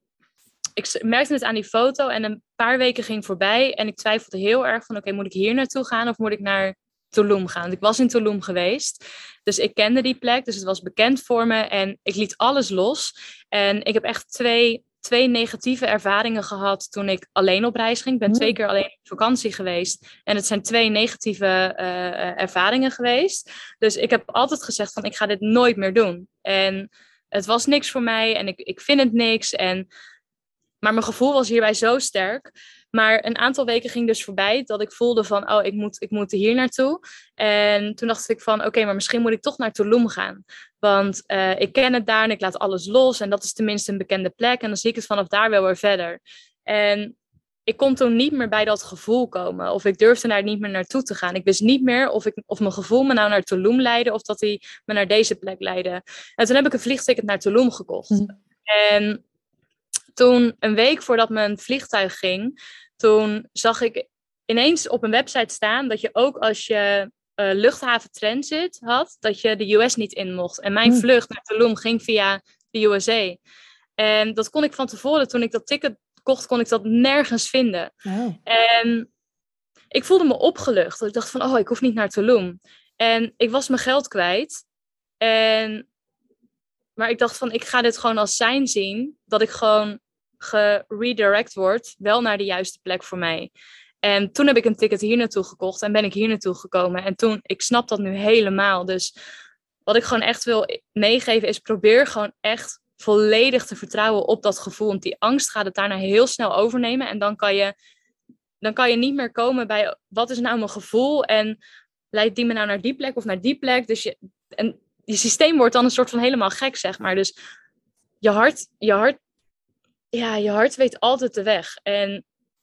ik merkte het aan die foto en een paar weken ging voorbij en ik twijfelde heel erg van oké, okay, moet ik hier naartoe gaan of moet ik naar Tulum gaan? Want ik was in Tulum geweest, dus ik kende die plek, dus het was bekend voor me en ik liet alles los. En ik heb echt twee, twee negatieve ervaringen gehad toen ik alleen op reis ging. Ik ben twee keer alleen op vakantie geweest en het zijn twee negatieve uh, ervaringen geweest. Dus ik heb altijd gezegd van ik ga dit nooit meer doen. En het was niks voor mij en ik, ik vind het niks en... Maar mijn gevoel was hierbij zo sterk. Maar een aantal weken ging dus voorbij dat ik voelde van, oh, ik moet, ik moet hier naartoe. En toen dacht ik van, oké, okay, maar misschien moet ik toch naar Tulum gaan. Want uh, ik ken het daar en ik laat alles los. En dat is tenminste een bekende plek. En dan zie ik het vanaf daar wel weer verder. En ik kon toen niet meer bij dat gevoel komen. Of ik durfde daar niet meer naartoe te gaan. Ik wist niet meer of, ik, of mijn gevoel me nou naar Tulum leidde of dat hij me naar deze plek leidde. En toen heb ik een vliegticket naar Tulum gekocht. Mm. En... Toen, een week voordat mijn vliegtuig ging, toen zag ik ineens op een website staan dat je ook als je uh, luchthaven transit had, dat je de U S niet in mocht. En mijn mm. vlucht naar Tulum ging via de U S A. En dat kon ik van tevoren, toen ik dat ticket kocht, kon ik dat nergens vinden. Oh. En ik voelde me opgelucht. Ik dacht van, oh, ik hoef niet naar Tulum. En ik was mijn geld kwijt. En... Maar ik dacht van, ik ga dit gewoon als sign zien, dat ik gewoon geredirect word, wel naar de juiste plek voor mij. En toen heb ik een ticket hier naartoe gekocht en ben ik hier naartoe gekomen. En toen, ik snap dat nu helemaal. Dus wat ik gewoon echt wil meegeven is, probeer gewoon echt volledig te vertrouwen op dat gevoel. Want die angst gaat het daarna heel snel overnemen. En dan kan je, dan kan je niet meer komen bij, wat is nou mijn gevoel? En leidt die me nou naar die plek of naar die plek? Dus je... En, je systeem wordt dan een soort van helemaal gek, zeg maar. Dus je hart, je hart, ja, je hart weet altijd de weg. En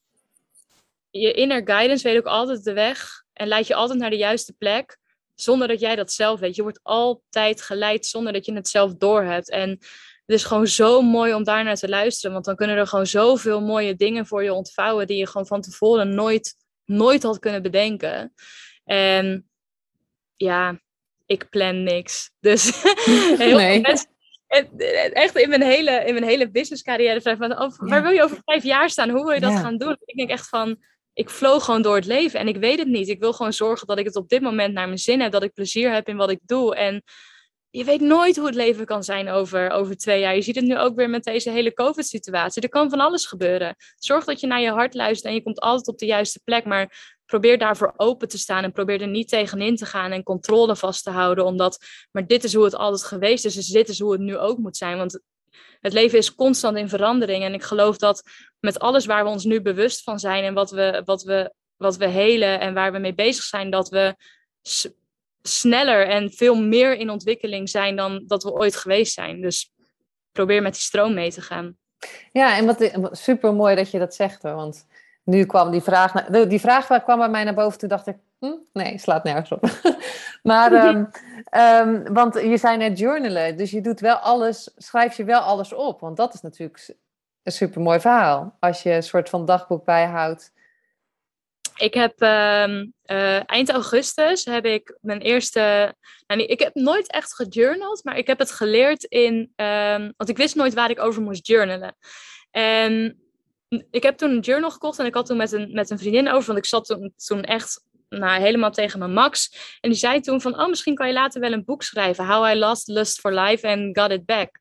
je inner guidance weet ook altijd de weg. En leidt je altijd naar de juiste plek. Zonder dat jij dat zelf weet. Je wordt altijd geleid zonder dat je het zelf doorhebt. En het is gewoon zo mooi om daar naar te luisteren. Want dan kunnen er gewoon zoveel mooie dingen voor je ontvouwen. Die je gewoon van tevoren nooit, nooit had kunnen bedenken. En ja... Ik plan niks. Dus heel nee. veel mensen, echt in mijn hele, in mijn hele business carrière vragen van, oh, waar ja. wil je over vijf jaar staan? Hoe wil je dat ja. gaan doen? Ik denk echt van, ik vloog gewoon door het leven en ik weet het niet. Ik wil gewoon zorgen dat ik het op dit moment naar mijn zin heb, dat ik plezier heb in wat ik doe. En je weet nooit hoe het leven kan zijn over, over twee jaar. Je ziet het nu ook weer met deze hele COVID-situatie. Er kan van alles gebeuren. Zorg dat je naar je hart luistert en je komt altijd op de juiste plek, maar probeer daarvoor open te staan en probeer er niet tegenin te gaan en controle vast te houden, omdat, maar dit is hoe het altijd geweest is, dus dit is hoe het nu ook moet zijn, want het leven is constant in verandering en ik geloof dat met alles waar we ons nu bewust van zijn en wat we, wat we, wat we helen en waar we mee bezig zijn, dat we s- sneller en veel meer in ontwikkeling zijn dan dat we ooit geweest zijn. Dus probeer met die stroom mee te gaan. Ja, en wat super mooi dat je dat zegt hoor, want nu kwam die vraag, die vraag kwam bij mij naar boven, toen dacht ik, hm, nee, slaat nergens op. maar, um, um, want je zei net journalen, dus je doet wel alles, schrijf je wel alles op, want dat is natuurlijk een super mooi verhaal, als je een soort van dagboek bijhoudt. Ik heb uh, uh, eind augustus heb ik mijn eerste... Nou, ik heb nooit echt gejournald, maar ik heb het geleerd in... Um, want ik wist nooit waar ik over moest journalen. En ik heb toen een journal gekocht en ik had toen met een, met een vriendin over, want ik zat toen, toen echt nou, helemaal tegen mijn max. En die zei toen van, oh, misschien kan je later wel een boek schrijven. How I Lost Lust for Life and Got It Back.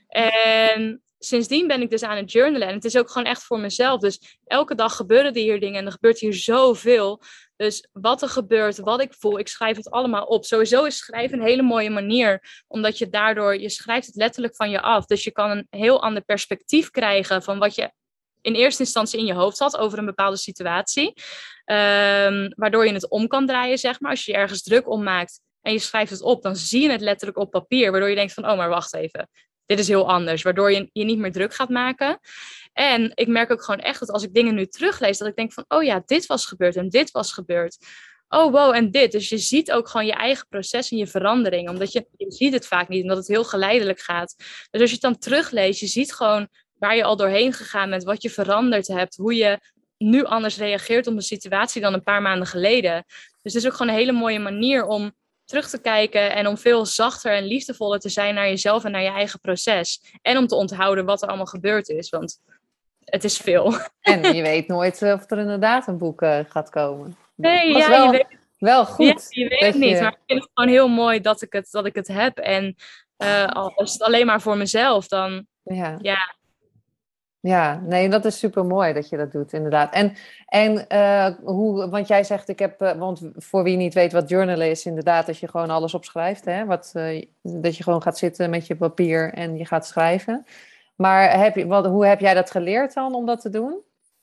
En sindsdien ben ik dus aan het journalen. En het is ook gewoon echt voor mezelf. Dus elke dag gebeuren er hier dingen en er gebeurt hier zoveel. Dus wat er gebeurt, wat ik voel, ik schrijf het allemaal op. Sowieso is schrijven een hele mooie manier. Omdat je daardoor, je schrijft het letterlijk van je af. Dus je kan een heel ander perspectief krijgen van wat je in eerste instantie in je hoofd had over een bepaalde situatie. Um, waardoor je het om kan draaien, zeg maar. Als je je ergens druk om maakt en je schrijft het op, dan zie je het letterlijk op papier. Waardoor je denkt van, oh, maar wacht even. dit is heel anders. Waardoor je je niet meer druk gaat maken. En ik merk ook gewoon echt dat als ik dingen nu teruglees, dat ik denk van, oh ja, dit was gebeurd en dit was gebeurd. Oh wow, en dit. Dus je ziet ook gewoon je eigen proces en je verandering. Omdat je, je ziet het vaak niet, omdat het heel geleidelijk gaat. Dus als je het dan terugleest, je ziet gewoon waar je al doorheen gegaan bent, wat je veranderd hebt, hoe je nu anders reageert op een situatie dan een paar maanden geleden. Dus het is ook gewoon een hele mooie manier om terug te kijken en om veel zachter en liefdevoller te zijn naar jezelf en naar je eigen proces. En om te onthouden wat er allemaal gebeurd is, want het is veel. En je weet nooit of er inderdaad een boek uh, gaat komen. Nee, dat is ja, wel, je weet, wel goed. Ja, je weet het niet, je... maar ik vind het gewoon heel mooi dat ik het, dat ik het heb. En uh, als het alleen maar voor mezelf, dan ja... ja. Ja, nee, dat is super mooi dat je dat doet, inderdaad. En, en uh, hoe, want jij zegt, ik heb, uh, want voor wie niet weet wat journalen is, inderdaad, dat je gewoon alles opschrijft, hè? Wat, uh, dat je gewoon gaat zitten met je papier en je gaat schrijven. Maar heb je, wat, hoe heb jij dat geleerd dan om dat te doen?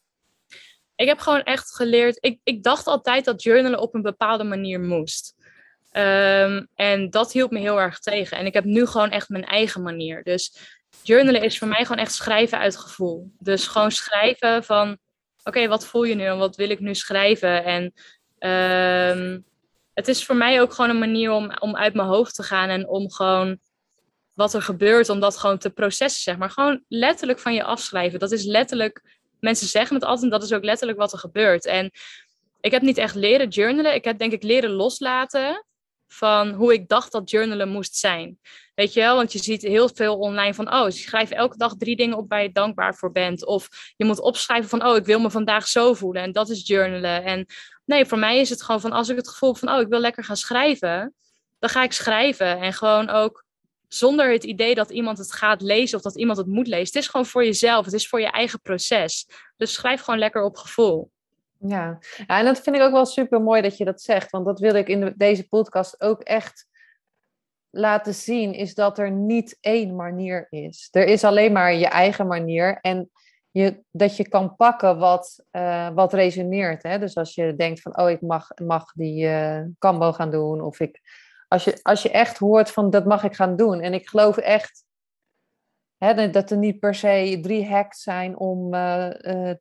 Ik heb gewoon echt geleerd, ik, ik dacht altijd dat journalen op een bepaalde manier moest. Um, en dat hield me heel erg tegen. En ik heb nu gewoon echt mijn eigen manier. Dus journalen is voor mij gewoon echt schrijven uit gevoel. Dus gewoon schrijven van, oké, okay, wat voel je nu en wat wil ik nu schrijven? En um, het is voor mij ook gewoon een manier om, om uit mijn hoofd te gaan en om gewoon wat er gebeurt, om dat gewoon te processen, zeg maar. Gewoon letterlijk van je afschrijven. Dat is letterlijk, mensen zeggen het altijd, en dat is ook letterlijk wat er gebeurt. En ik heb niet echt leren journalen. Ik heb denk ik leren loslaten van hoe ik dacht dat journalen moest zijn. Weet je wel, want je ziet heel veel online van, oh, schrijf elke dag drie dingen op waar je dankbaar voor bent. Of je moet opschrijven van, oh, ik wil me vandaag zo voelen. En dat is journalen. En nee, voor mij is het gewoon van, als ik het gevoel van, oh, ik wil lekker gaan schrijven, dan ga ik schrijven. En gewoon ook zonder het idee dat iemand het gaat lezen of dat iemand het moet lezen. Het is gewoon voor jezelf. Het is voor je eigen proces. Dus schrijf gewoon lekker op gevoel. Ja. Ja, en dat vind ik ook wel super mooi dat je dat zegt. Want dat wil ik in de, deze podcast ook echt laten zien. Is dat er niet één manier is. Er is alleen maar je eigen manier. En je, dat je kan pakken wat, uh, wat resoneert. Hè? Dus als je denkt van, oh, ik mag, mag die uh, kambo gaan doen. Of ik, als je, als je echt hoort van, dat mag ik gaan doen. En ik geloof echt... Hè, dat er niet per se drie hacks zijn om uh, uh,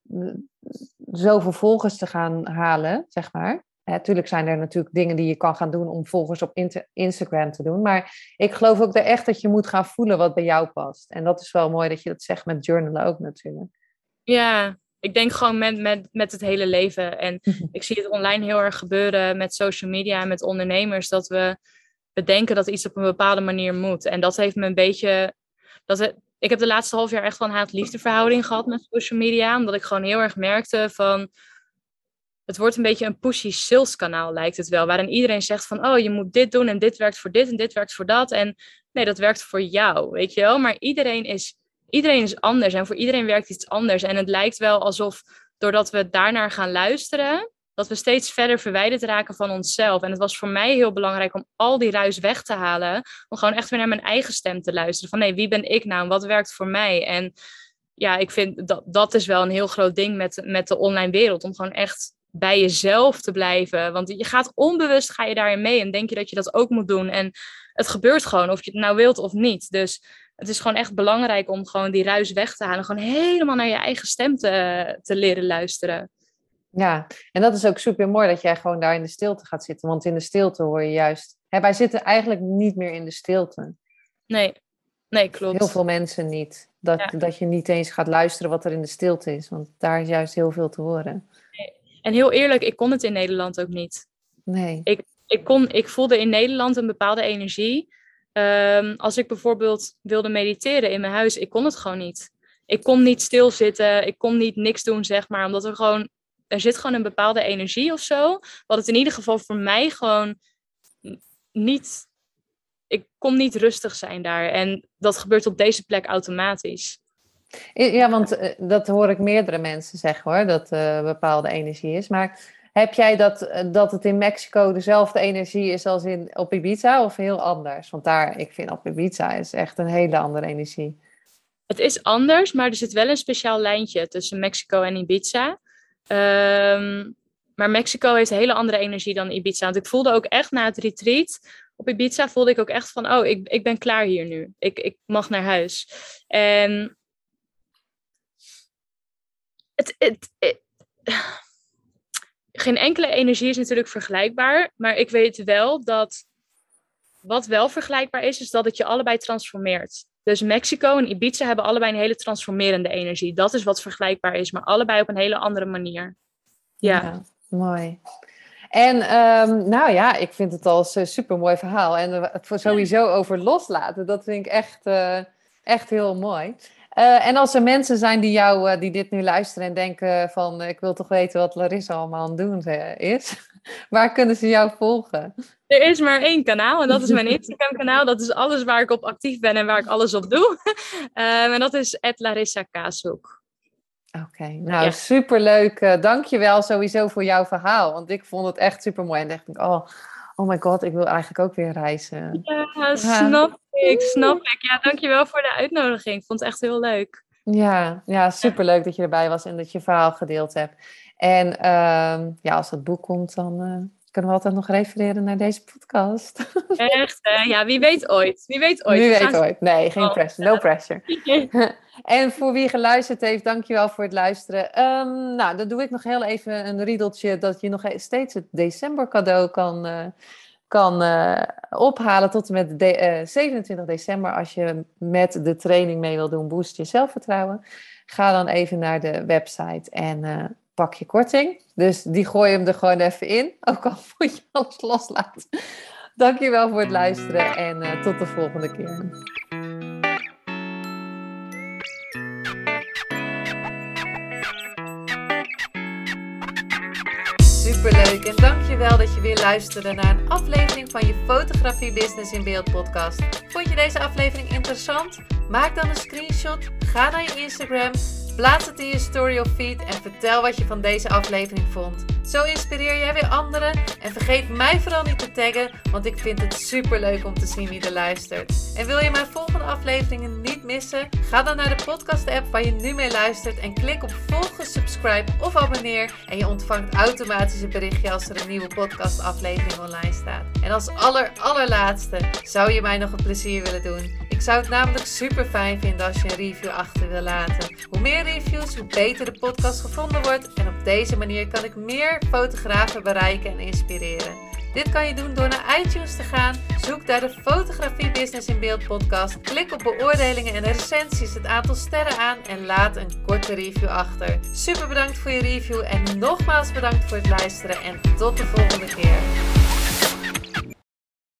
zoveel volgers te gaan halen, zeg maar. Hè, tuurlijk zijn er natuurlijk dingen die je kan gaan doen om volgers op inter- Instagram te doen. Maar ik geloof ook echt dat je moet gaan voelen wat bij jou past. En dat is wel mooi dat je dat zegt met journalen ook natuurlijk. Ja, ik denk gewoon met, met, met het hele leven. En ik zie het online heel erg gebeuren met social media en met ondernemers. Dat we bedenken dat iets op een bepaalde manier moet. En dat heeft me een beetje... Dat het, ik heb de laatste half jaar echt wel een haat-liefde verhouding gehad met social media. Omdat ik gewoon heel erg merkte van... Het wordt een beetje een pushy saleskanaal lijkt het wel. Waarin iedereen zegt van... Oh, je moet dit doen en dit werkt voor dit en dit werkt voor dat. En nee, dat werkt voor jou, weet je wel. Maar iedereen is, iedereen is anders en voor iedereen werkt iets anders. En het lijkt wel alsof doordat we daarnaar gaan luisteren... dat we steeds verder verwijderd raken van onszelf. En het was voor mij heel belangrijk om al die ruis weg te halen. Om gewoon echt weer naar mijn eigen stem te luisteren. Van nee, wie ben ik nou en wat werkt voor mij? En ja, ik vind dat dat is wel een heel groot ding met, met de online wereld. Om gewoon echt bij jezelf te blijven. Want je gaat onbewust, ga je daarin mee. En denk je dat je dat ook moet doen. En het gebeurt gewoon, of je het nou wilt of niet. Dus het is gewoon echt belangrijk om gewoon die ruis weg te halen. Gewoon helemaal naar je eigen stem te, te leren luisteren. Ja, en dat is ook super mooi dat jij gewoon daar in de stilte gaat zitten. Want in de stilte hoor je juist... Hè, wij zitten eigenlijk niet meer in de stilte. Nee, nee, klopt. Heel veel mensen niet. Dat, ja. dat je niet eens gaat luisteren wat er in de stilte is. Want daar is juist heel veel te horen. Nee. En heel eerlijk, ik kon het in Nederland ook niet. Nee. Ik, ik, kon, ik voelde in Nederland een bepaalde energie. Um, als ik bijvoorbeeld wilde mediteren in mijn huis, ik kon het gewoon niet. Ik kon niet stilzitten, ik kon niet niks doen, zeg maar. Omdat er gewoon... Er zit gewoon een bepaalde energie of zo. Wat het in ieder geval voor mij gewoon niet... Ik kon niet rustig zijn daar. En dat gebeurt op deze plek automatisch. Ja, want uh, dat hoor ik meerdere mensen zeggen hoor. Dat er uh, een bepaalde energie is. Maar heb jij dat, uh, dat het in Mexico dezelfde energie is als in, op Ibiza? Of heel anders? Want daar, ik vind op Ibiza is echt een hele andere energie. Het is anders, maar er zit wel een speciaal lijntje tussen Mexico en Ibiza. Um, maar Mexico heeft een hele andere energie dan Ibiza. Want ik voelde ook echt na het retreat op Ibiza voelde ik ook echt van, oh, ik, ik ben klaar hier nu. Ik, ik mag naar huis. En het, het, het, geen enkele energie is natuurlijk vergelijkbaar, maar ik weet wel dat wat wel vergelijkbaar is, is dat het je allebei transformeert. Dus Mexico en Ibiza hebben allebei een hele transformerende energie. Dat is wat vergelijkbaar is, maar allebei op een hele andere manier. Ja, ja mooi. En um, nou ja, ik vind het al een super mooi verhaal. En uh, het sowieso over loslaten, dat vind ik echt, uh, echt heel mooi. Uh, en als er mensen zijn die, jou, uh, die dit nu luisteren en denken van... Uh, ik wil toch weten wat Larissa allemaal aan het doen uh, is. Waar kunnen ze jou volgen? Er is maar één kanaal en dat is mijn Instagram kanaal. Dat is alles waar ik op actief ben en waar ik alles op doe. Um, en dat is at Larissa Kaashoek. Oké, okay, nou ja. Superleuk. Uh, Dank je wel sowieso voor jouw verhaal. Want ik vond het echt super mooi. En dacht ik, oh, oh my god, ik wil eigenlijk ook weer reizen. Ja, snap ik, snap ik. Ja, dankjewel voor de uitnodiging. Ik vond het echt heel leuk. Ja, ja superleuk dat je erbij was en dat je verhaal gedeeld hebt. En uh, ja, als dat boek komt, dan uh, kunnen we altijd nog refereren naar deze podcast. Echt, hè? Ja, wie weet ooit. Wie weet ooit. Wie weet ooit. Nee, geen pressure. No pressure. En voor wie geluisterd heeft, dankjewel voor het luisteren. Um, nou, dan doe ik nog heel even een riedeltje dat je nog steeds het december cadeau kan, uh, kan uh, ophalen tot en met de, uh, zevenentwintig december. Als je met de training mee wil doen, boost je zelfvertrouwen. Ga dan even naar de website en uh, pak je korting. Dus die gooi je hem er gewoon even in, ook al moet je alles loslaten. Dankjewel voor het luisteren en uh, tot de volgende keer. Superleuk en dankjewel dat je weer luisterde naar een aflevering van je Fotografie Business in Beeld podcast. Vond je deze aflevering interessant? Maak dan een screenshot, ga naar je Instagram, plaats het in je story of feed en vertel wat je van deze aflevering vond. Zo inspireer jij weer anderen en vergeet mij vooral niet te taggen, want ik vind het superleuk om te zien wie er luistert. En wil je mijn volgende afleveringen niet missen? Ga dan naar de podcast app waar je nu mee luistert en klik op volgen, subscribe of abonneer en je ontvangt automatisch een berichtje als er een nieuwe podcast aflevering online staat. En als aller allerlaatste zou je mij nog een plezier willen doen. Ik zou het namelijk super fijn vinden als je een review achter wil laten. Hoe meer reviews, hoe beter de podcast gevonden wordt en op deze manier kan ik meer fotografen bereiken en inspireren. Dit kan je doen door naar iTunes te gaan, zoek daar de Fotografie Business in Beeld podcast, klik op beoordelingen en recensies, het aantal sterren aan en laat een korte review achter. Super bedankt voor je review en nogmaals bedankt voor het luisteren en tot de volgende keer.